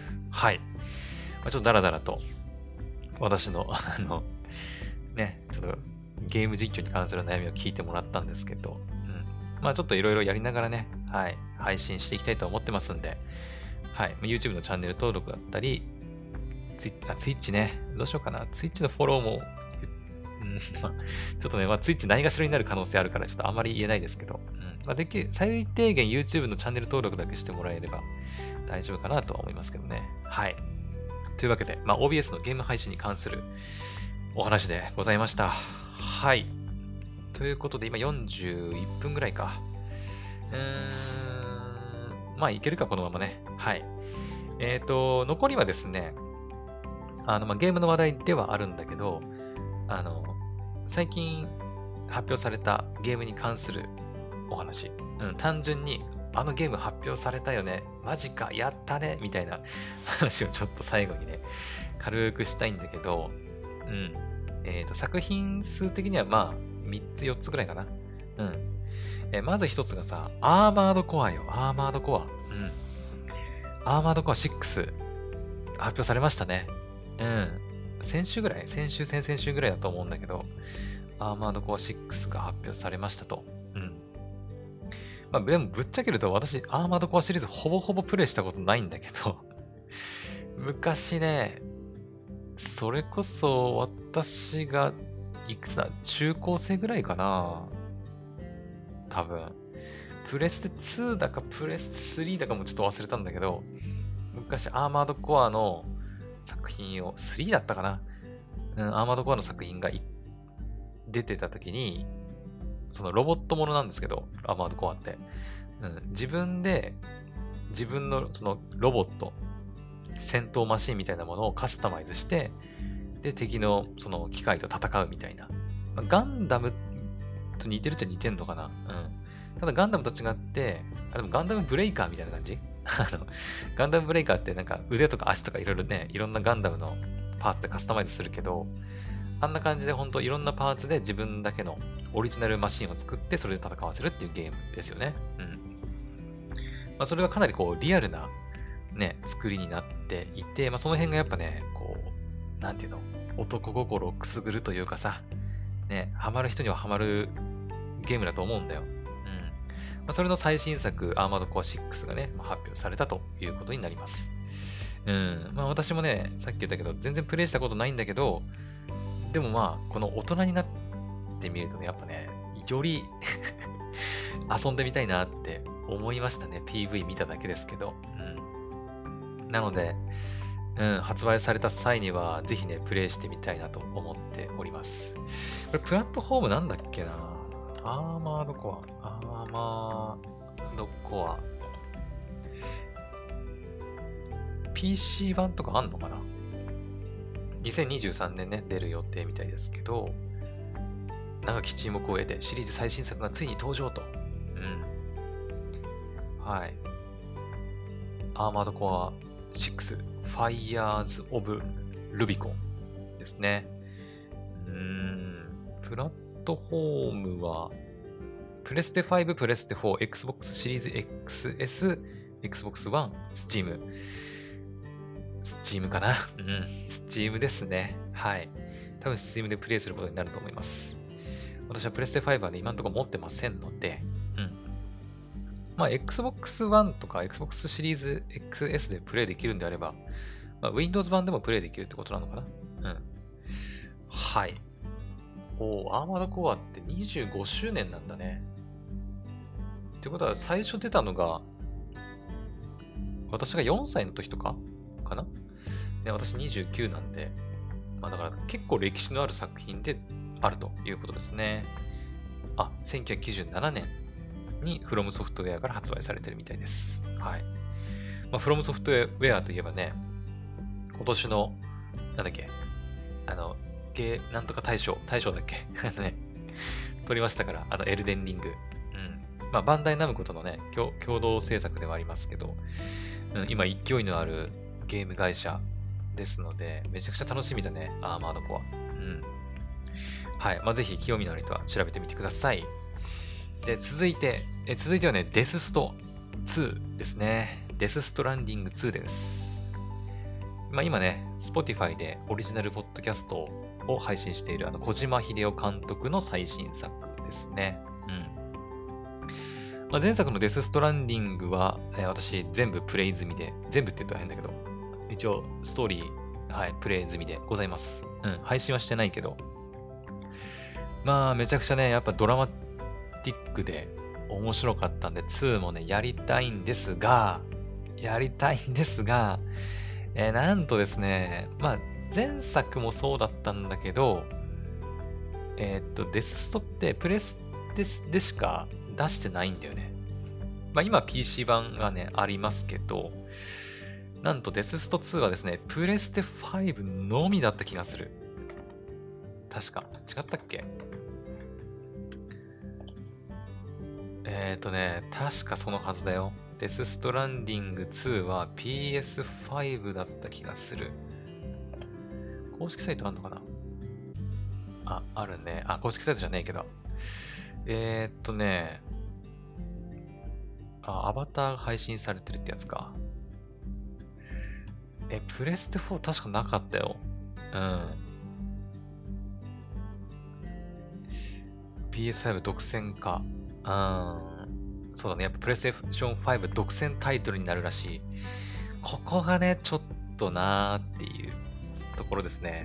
はい。まあ、ちょっとダラダラと、私の、ね、ちょっとゲーム実況に関する悩みを聞いてもらったんですけど、まあちょっといろいろやりながらね、はい、配信していきたいと思ってますんで、はい、YouTube のチャンネル登録だったり、Twitch ね、どうしようかな、Twitch のフォローも、ちょっとね、まあ Twitch ないがしろになる可能性あるから、ちょっとあまり言えないですけど、 まあ、最低限 YouTube のチャンネル登録だけしてもらえれば大丈夫かなとは思いますけどね。はい。というわけで、まあ、OBS のゲーム配信に関するお話でございました。はい。ということで、今41分ぐらいか。まあ、いけるか、このままね。はい。残りはですね、まあ、ゲームの話題ではあるんだけど、最近発表されたゲームに関するお話。単純に、あのゲーム発表されたよね。マジか、やったね。みたいな話をちょっと最後にね、軽くしたいんだけど、作品数的にはまあ、3つ4つぐらいかな。まず一つがさ、アーマードコアよ。アーマードコア。アーマードコア6発表されましたね。先週ぐらい先々週ぐらいだと思うんだけど、アーマードコア6が発表されましたと。まあ、でもぶっちゃけると私、アーマードコアシリーズほぼほぼプレイしたことないんだけど、昔ね、それこそ私がいくつだ、中高生ぐらいかな。多分。プレステ2だかプレステ3だかもちょっと忘れたんだけど、昔アーマードコアの作品を、3だったかな。アーマードコアの作品が出てた時に、そのロボットものなんですけど、アーマードコアって。自分で、自分のそのロボット、戦闘マシンみたいなものをカスタマイズして、で、敵のその機械と戦うみたいな。まあ、ガンダムと似てるっちゃ似てんのかな。ただガンダムと違って、でもガンダムブレイカーみたいな感じガンダムブレイカーってなんか腕とか足とかいろいろね、いろんなガンダムのパーツでカスタマイズするけど、あんな感じで本当いろんなパーツで自分だけのオリジナルマシンを作ってそれで戦わせるっていうゲームですよね。まあ、それがかなりこうリアルなね、作りになっていて、まあ、その辺がやっぱね、こう、なんていうの、男心をくすぐるというかさ、ね、ハマる人にはハマるゲームだと思うんだよ。まあ、それの最新作、アーマードコア6がね、発表されたということになります。まあ私もね、さっき言ったけど、全然プレイしたことないんだけど、でもまあ、この大人になってみるとね、やっぱね、より遊んでみたいなって思いましたね。PV 見ただけですけど。なので、発売された際には、ぜひね、プレイしてみたいなと思っております。これ、プラットフォームなんだっけな。アーマードコア。アーマードコア。PC 版とかあんのかな？ 2023 年ね、出る予定みたいですけど、長き注目を得てシリーズ最新作がついに登場と。はい。アーマードコア6 Fires of Rubicon ですね。プラットフォームは、プレステ5、プレステ4、Xbox シリーズ XS、Xbox One、Steam。Steam かなSteam ですね。はい。多分 Steam でプレイすることになると思います。私はプレステ5はね、今のところ持ってませんので、まあ、Xbox One とか Xbox シリーズ XS でプレイできるんであれば、まあ、Windows 版でもプレイできるってことなのかなはい。アーマードコアって25周年なんだね。ってことは、最初出たのが、私が4歳の時とかかなで、私29なんで、まあだから結構歴史のある作品であるということですね。1997年に From Software から発売されてるみたいです。はい。まあ、From Software といえばね、今年の、なんだっけ、なんとか大賞だっけね、取りましたから、エルデンリング。まあ、バンダイナムコとのね、共同制作ではありますけど、今勢いのあるゲーム会社ですので、めちゃくちゃ楽しみだね、アーマードコア。はい。まあ、ぜひ興味のある人は調べてみてください。で、続いてはね、デススト2ですね。デスストランディング2です。まあ今ね、Spotify でオリジナルポッドキャストを配信している小島秀夫監督の最新作ですね。まあ、前作のデスストランディングは、私全部プレイ済みで、全部って言うと変だけど、一応ストーリー、はい、プレイ済みでございます。配信はしてないけど。まあめちゃくちゃね、やっぱドラマティックで、 面白かったんで、2もね、やりたいんですが、なんとですね、まあ、前作もそうだったんだけど、デスストってプレステでしか出してないんだよね。まあ今 PC 版がね、ありますけど、なんとデススト2はですね、プレステ5のみだった気がする。確か。違ったっけ？確かそのはずだよ。デスストランディング2は PS5 だった気がする。公式サイトあんのかな？あるね。公式サイトじゃねえけど。アバターが配信されてるってやつか。プレステ4確かなかったよ。うん。PS5 独占か。そうだね。やっぱプレイステーション5独占タイトルになるらしい。ここがね、ちょっとなーっていうところですね。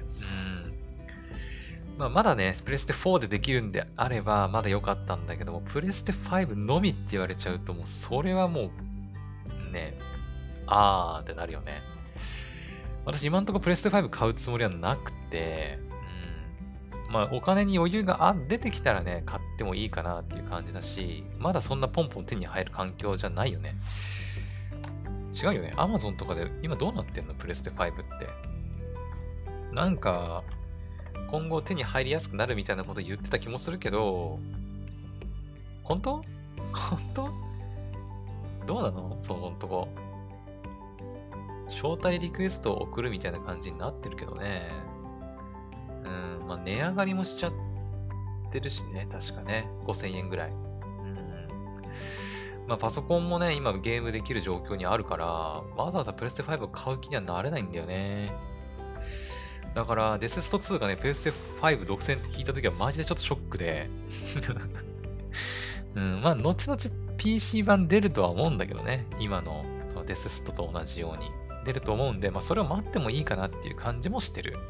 まあ、まだね、プレステ4でできるんであれば、まだ良かったんだけども、プレステ5のみって言われちゃうと、もう、それはもう、ね、ってなるよね。私、今んとこプレステ5買うつもりはなくて、まあ、お金に余裕が出てきたらね、買ってもいいかなっていう感じだし、まだそんなポンポン手に入る環境じゃないよね。違うよね。Amazon とかで今どうなってんの？プレステ5って。なんか、今後手に入りやすくなるみたいなこと言ってた気もするけど、本当どうなの？そのとこ。招待リクエストを送るみたいな感じになってるけどね。まあ値上がりもしちゃってるしね、確かね。5000円ぐらい。まあパソコンもね、今ゲームできる状況にあるから、わざわざプレステ5を買う気にはなれないんだよね。だから、デススト2がね、プレステ5独占って聞いたときはマジでちょっとショックで。まあ、後々 PC 版出るとは思うんだけどね。今のそのデスストと同じように。出ると思うんで、まあ、それを待ってもいいかなっていう感じもしてる。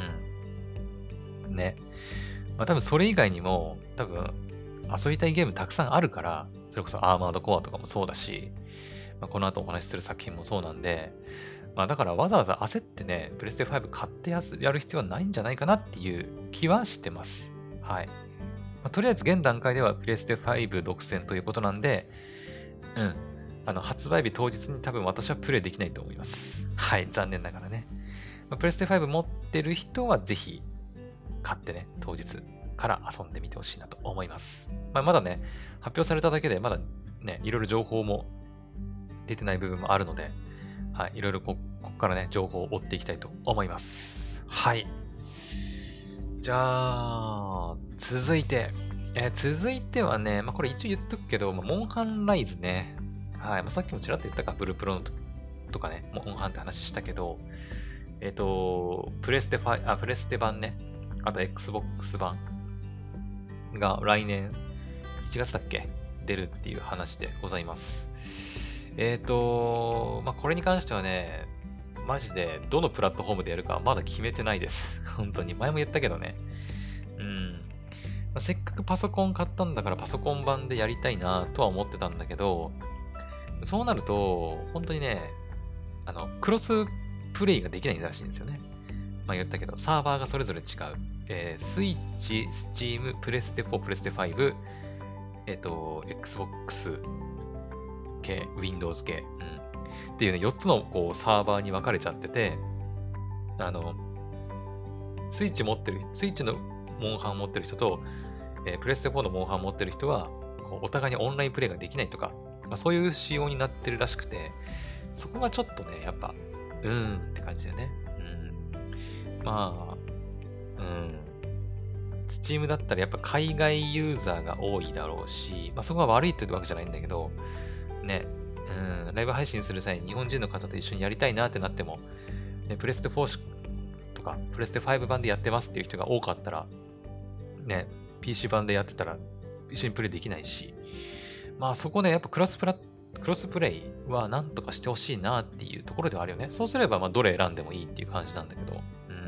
ね。まあ、多分それ以外にも、多分、遊びたいゲームたくさんあるから、それこそアーマードコアとかもそうだし、まあ、この後お話しする作品もそうなんで、まあだからわざわざ焦ってね、プレステ5買ってやる必要はないんじゃないかなっていう気はしてます。はい。まあ、とりあえず現段階ではプレステ5独占ということなんで、発売日当日に多分私はプレイできないと思います。はい、残念ながらね。まあ、プレステ5持ってる人はぜひ買ってね、当日から遊んでみてほしいなと思います。まあ、まだね、発表されただけでまだね、いろいろ情報も出てない部分もあるので、はい、いろいろここからね、情報を追っていきたいと思います。はい。じゃあ、続いてはね、まあ、これ一応言っとくけど、まあ、モンハンライズね。はい。まあ、さっきもちらっと言ったか、ブループロのとかね、モンハンって話したけど、プレステ版ね。あと Xbox 版が来年1月だっけ出るっていう話でございます。まあ、これに関してはね、マジでどのプラットフォームでやるかまだ決めてないです。本当に。前も言ったけどね。まあ、せっかくパソコン買ったんだからパソコン版でやりたいなとは思ってたんだけど、そうなると、本当にね、クロスプレイができないらしいんですよね。まあ言ったけど、サーバーがそれぞれ違う。スイッチ、スチーム、プレステ4、プレステ5、Xbox 系、Windows 系、っていうね、4つのこうサーバーに分かれちゃってて、スイッチのモンハンを持ってる人と、プレステ4のモンハンを持ってる人は、こうお互いにオンラインプレイができないとか、まあ、そういう仕様になってるらしくて、そこがちょっとね、やっぱ、って感じだよね。まあ、スチームだったらやっぱ海外ユーザーが多いだろうし、まあそこが悪いってわけじゃないんだけど、ね、ライブ配信する際に日本人の方と一緒にやりたいなってなっても、ね、プレステ4とか、プレステ5版でやってますっていう人が多かったら、ね、PC 版でやってたら一緒にプレイできないし、まあそこね、やっぱクロスプレイはなんとかしてほしいなっていうところではあるよね。そうすれば、まあどれ選んでもいいっていう感じなんだけど、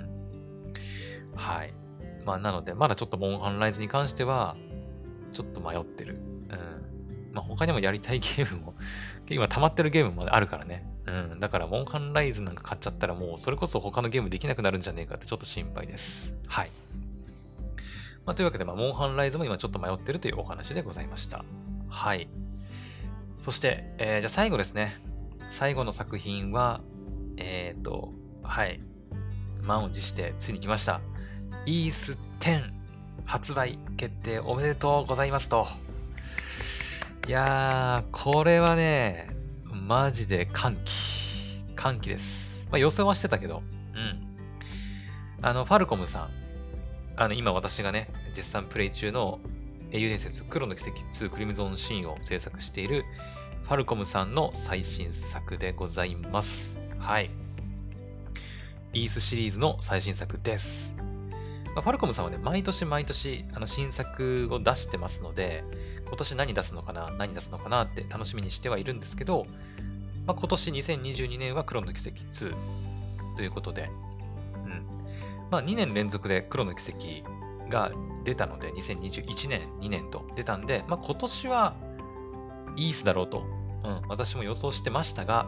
はい。まあなので、まだちょっとモンハンライズに関しては、ちょっと迷ってる。 まあ他にもやりたいゲームも、今溜まってるゲームもあるからね。うん。だからモンハンライズなんか買っちゃったらもうそれこそ他のゲームできなくなるんじゃねえかってちょっと心配です。はい。まあというわけで、モンハンライズも今ちょっと迷ってるというお話でございました。はい。そして、じゃあ最後ですね。最後の作品は、はい。満を持してついに来ました。イース10発売決定おめでとうございますと。いやー、これはね、マジで歓喜です。まあ予想はしてたけど、うん。ファルコムさん、今私がね、絶賛プレイ中の英雄伝説黒の奇跡2クリムゾンシーンを制作しているファルコムさんの最新作でございます。はい。イースシリーズの最新作です。ファルコムさんはね、毎年新作を出してますので、今年何出すのかなって楽しみにしてはいるんですけど、今年2022年は黒の奇跡2ということで、2年連続で黒の奇跡が出たので、2021年、2年と出たんで、今年はイースだろうと、私も予想してましたが、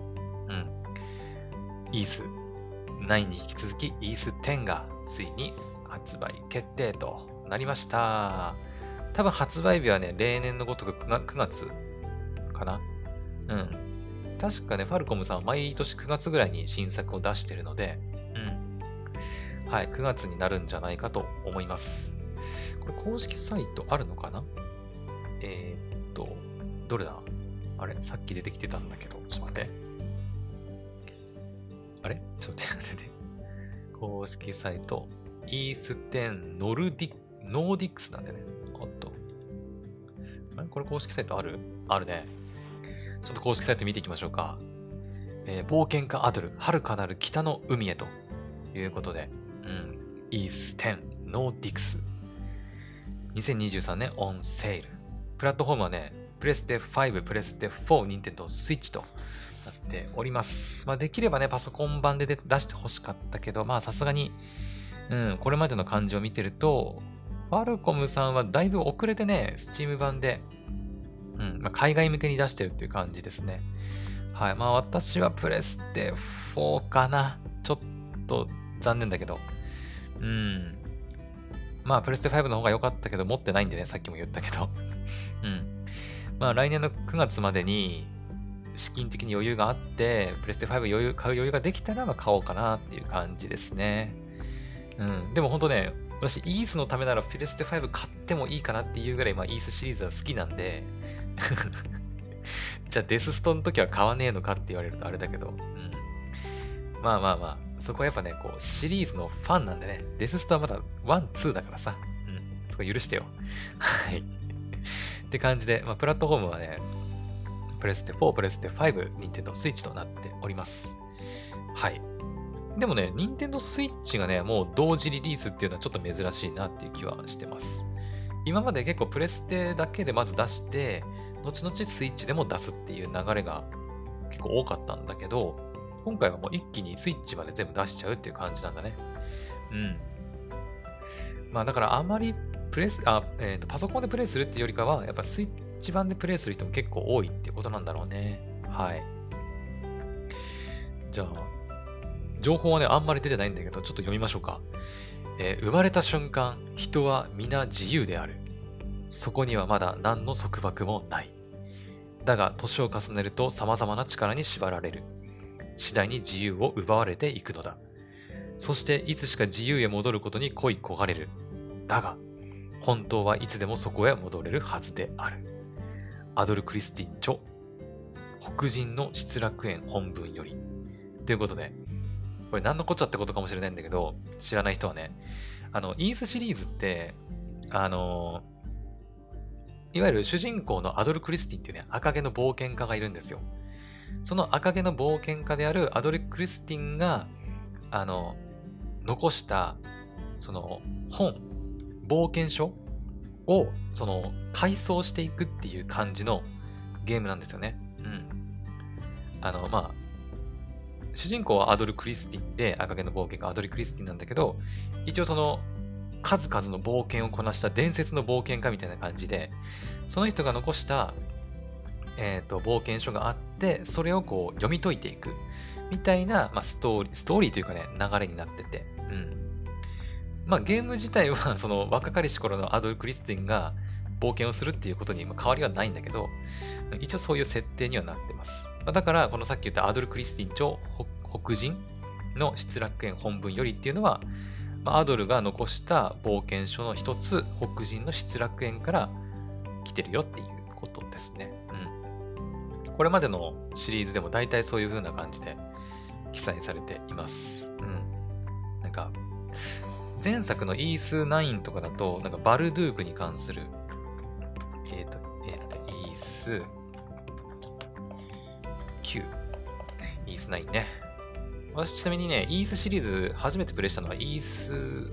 イース9に引き続きイース10がついに発売決定となりました。多分発売日はね、例年のごとく9月かな。確かね、ファルコムさんは毎年9月ぐらいに新作を出してるので、はい、9月になるんじゃないかと思います。これ公式サイトあるのかな？どれだ？あれ？さっき出てきてたんだけど、ちょっと待って。あれ？ちょっと待って。公式サイト。イース10ノーディックスなんだよね。あれこれ公式サイトある？あるね。ちょっと公式サイト見ていきましょうか。冒険家アドル、遥かなる北の海へということで、イース10ノーディックス。2023年オンセール。プラットフォームはね、プレステ5、プレステ4、ニンテンドースイッチとなっております。できればね、パソコン版で出してほしかったけど、さすがに、これまでの感じを見てると、ファルコムさんはだいぶ遅れてね、スチーム版で、海外向けに出してるっていう感じですね。はい。私はプレステ4かな。ちょっと残念だけど。プレステ5の方が良かったけど、持ってないんでね、さっきも言ったけど。来年の9月までに、資金的に余裕があって、プレステ5買う余裕ができたら、買おうかなっていう感じですね。でも本当ね、私、イースのためならプレステ5買ってもいいかなっていうぐらい、イースシリーズは好きなんで、じゃあデスストの時は買わねえのかって言われるとあれだけど、そこはやっぱね、こう、シリーズのファンなんでね、デスストはまだ1、2だからさ、そこ許してよ。はい。って感じで、プラットフォームはね、プレステ4、プレステ5、ニンテンドースイッチとなっております。はい。でもね、ニンテンドースイッチがね、もう同時リリースっていうのはちょっと珍しいなっていう気はしてます。今まで結構プレステだけでまず出して、後々スイッチでも出すっていう流れが結構多かったんだけど、今回はもう一気にスイッチまで全部出しちゃうっていう感じなんだね。だからあまりパソコンでプレイするっていうよりかは、やっぱスイッチ版でプレイする人も結構多いっていうことなんだろうね。はい。じゃあ、情報はね、あんまり出てないんだけど、ちょっと読みましょうか。生まれた瞬間、人は皆自由である。そこにはまだ何の束縛もない。だが、年を重ねると様々な力に縛られる。次第に自由を奪われていくのだ。そして、いつしか自由へ戻ることに恋焦がれる。だが、本当はいつでもそこへ戻れるはずである。アドル・クリスティン著、北人の失楽園本文より。ということで、これ何のこっちゃってことかもしれないんだけど、知らない人はね、イースシリーズって、いわゆる主人公のアドル・クリスティンっていうね、赤毛の冒険家がいるんですよ。その赤毛の冒険家であるアドル・クリスティンが、残した、その本、冒険書を、回想していくっていう感じのゲームなんですよね。主人公はアドル・クリスティンで、赤毛の冒険家アドル・クリスティンなんだけど、一応その、数々の冒険をこなした伝説の冒険家みたいな感じで、その人が残した、 冒険書があって、それをこう読み解いていくみたいな、まあ、ストーリーというかね、流れになってて、うん。まあ、ゲーム自体は、その若かりし頃のアドル・クリスティンが冒険をするっていうことに変わりはないんだけど、一応そういう設定にはなってます。まあ、だから、このさっき言ったアドル・クリスティン著北人の失楽園本文よりっていうのは、まあ、アドルが残した冒険書の一つ、北人の失楽園から来てるよっていうことですね。うん。これまでのシリーズでも大体そういう風な感じで記載されています。うん。なんか、前作のイース9とかだと、なんかバルドゥークに関する、イース9、イース9ね。私ちなみにね、イースシリーズ初めてプレイしたのはイース、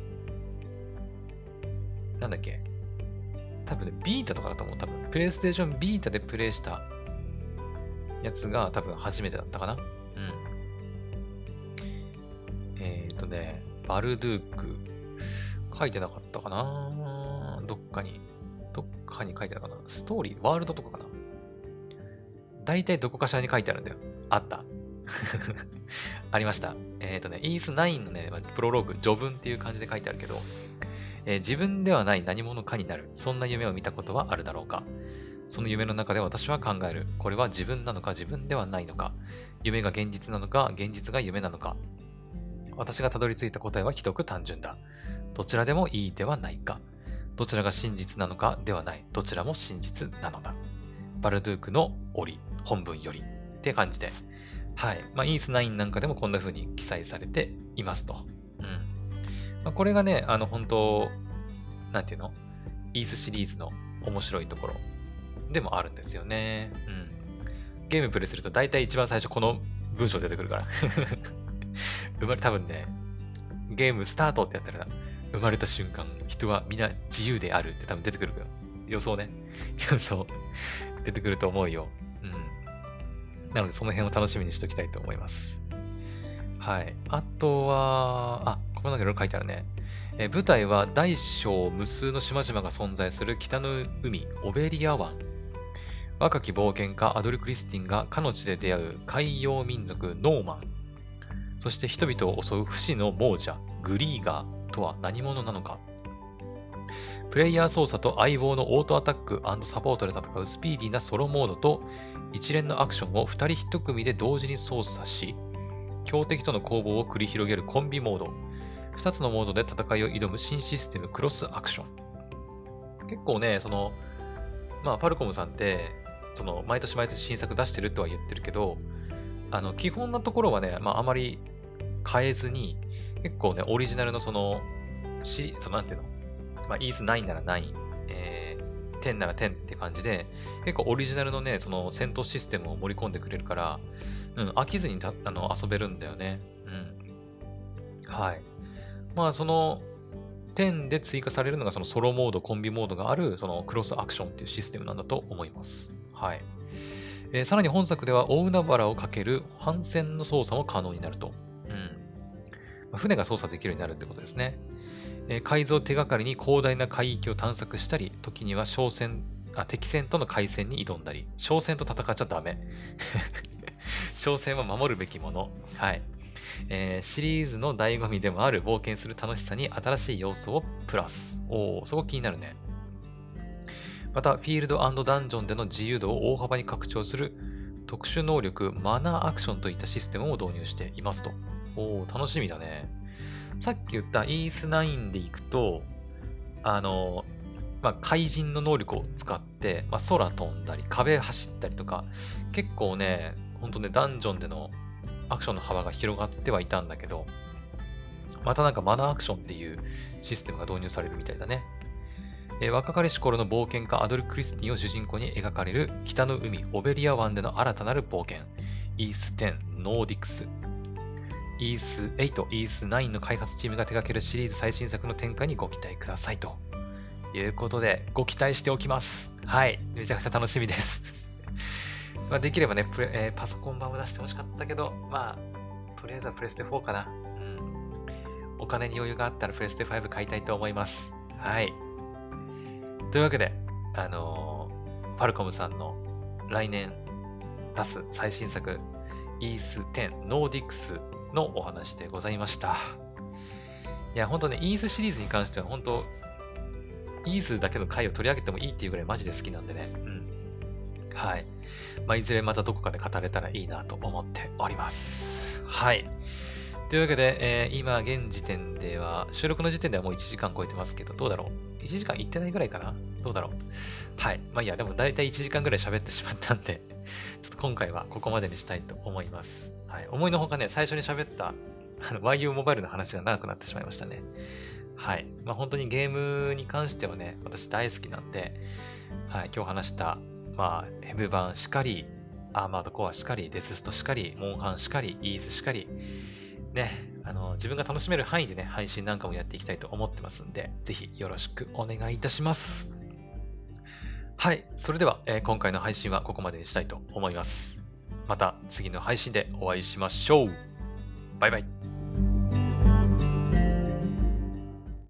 なんだっけ、多分ね、ビータとかだと思う。多分、プレイステーションビータでプレイしたやつが多分初めてだったかな。うん。バルドゥーク、書いてなかったかな、どっかに書いてたかな、ストーリー、ワールドとかかな。大体どこかしらに書いてあるんだよ。あった。ありました。イース9のね、プロローグ、序文っていう感じで書いてあるけど、自分ではない何者かになる。そんな夢を見たことはあるだろうか。その夢の中で私は考える。これは自分なのか自分ではないのか。夢が現実なのか現実が夢なのか。私がたどり着いた答えはひどく単純だ。どちらでもいいではないか。どちらが真実なのかではない。どちらも真実なのだ。バルドゥークの折、本文より。って感じで。はい。まあ、イース9なんかでもこんな風に記載されていますと。うん。まあ、これがね、本当なんていうの？イースシリーズの面白いところでもあるんですよね。うん。ゲームプレイすると大体一番最初この文章出てくるから。多分ね、ゲームスタートってやったら、生まれた瞬間、人は皆自由であるって多分出てくるから。予想ね。予想。出てくると思うよ。うん。なので、その辺を楽しみにしておきたいと思います。はい。あとは、ここなんかいろいろ書いてあるね。舞台は大小無数の島々が存在する北の海、オベリア湾。若き冒険家アドル・クリスティンがかの地で出会う海洋民族ノーマン。そして人々を襲う不死の亡者、グリーガーとは何者なのか。プレイヤー操作と相棒のオートアタック&サポートで戦うスピーディーなソロモードと一連のアクションを2人1組で同時に操作し、強敵との攻防を繰り広げるコンビモード。2つのモードで戦いを挑む新システムクロスアクション。結構ね、パルコムさんって、毎年毎年新作出してるとは言ってるけど、基本なところはね、あまり変えずに、結構ね、オリジナルのなんていうの、イース9なら9、10なら10って感じで、結構オリジナルのね、戦闘システムを盛り込んでくれるから、飽きずに遊べるんだよね。うん。はい。10で追加されるのがソロモード、コンビモードがある、クロスアクションっていうシステムなんだと思います。はい。さらに本作では大海原をかける帆船の操作も可能になると。船が操作できるようになるってことですね。改造手がかりに広大な海域を探索したり、時には敵船との海戦に挑んだり、商船と戦っちゃダメ。商船は守るべきもの。はい。シリーズの醍醐味でもある冒険する楽しさに新しい要素をプラス。そこ気になるね。また、フィールド&ダンジョンでの自由度を大幅に拡張する特殊能力、マナーアクションといったシステムを導入していますと。楽しみだね。さっき言ったイース9で行くと、怪人の能力を使って、空飛んだり、壁走ったりとか、結構ね、ほんとね、ダンジョンでのアクションの幅が広がってはいたんだけど、またなんかマナーアクションっていうシステムが導入されるみたいだね。若かりし頃の冒険家アドル・クリスティンを主人公に描かれる北の海オベリア湾での新たなる冒険、イース10ノーディクス。イース8、イース9の開発チームが手掛けるシリーズ最新作の展開にご期待くださいということで、ご期待しておきます。はい。めちゃくちゃ楽しみです。できればね、パソコン版を出してほしかったけど、とりあえずはプレステ4かな。お金に余裕があったらプレステ5買いたいと思います。はい。というわけで、ファルコムさんの来年出す最新作、イース10ノーディックスのお話でございました。いや、ほんとね、イースシリーズに関しては本当イースだけの回を取り上げてもいいっていうぐらいマジで好きなんでね。はい。いずれまたどこかで語れたらいいなと思っております。はい。というわけで、今、現時点では、収録の時点ではもう1時間超えてますけど、どうだろう ?1 時間いってないぐらいかなどうだろうはい。いいや、でも大体1時間ぐらい喋ってしまったんで、ちょっと今回はここまでにしたいと思います。はい。思いのほかね、最初に喋ったYU モバイルの話が長くなってしまいましたね。はい。本当にゲームに関してはね、私大好きなんで、はい。今日話した、ヘブ版しかり、アーマードコアしかり、デスストしかり、モンハンしかり、イーズしかり、ね、自分が楽しめる範囲でね、配信なんかもやっていきたいと思ってますんで、ぜひよろしくお願いいたします。はい。それでは、今回の配信はここまでにしたいと思います。また次の配信でお会いしましょう。バイバイ。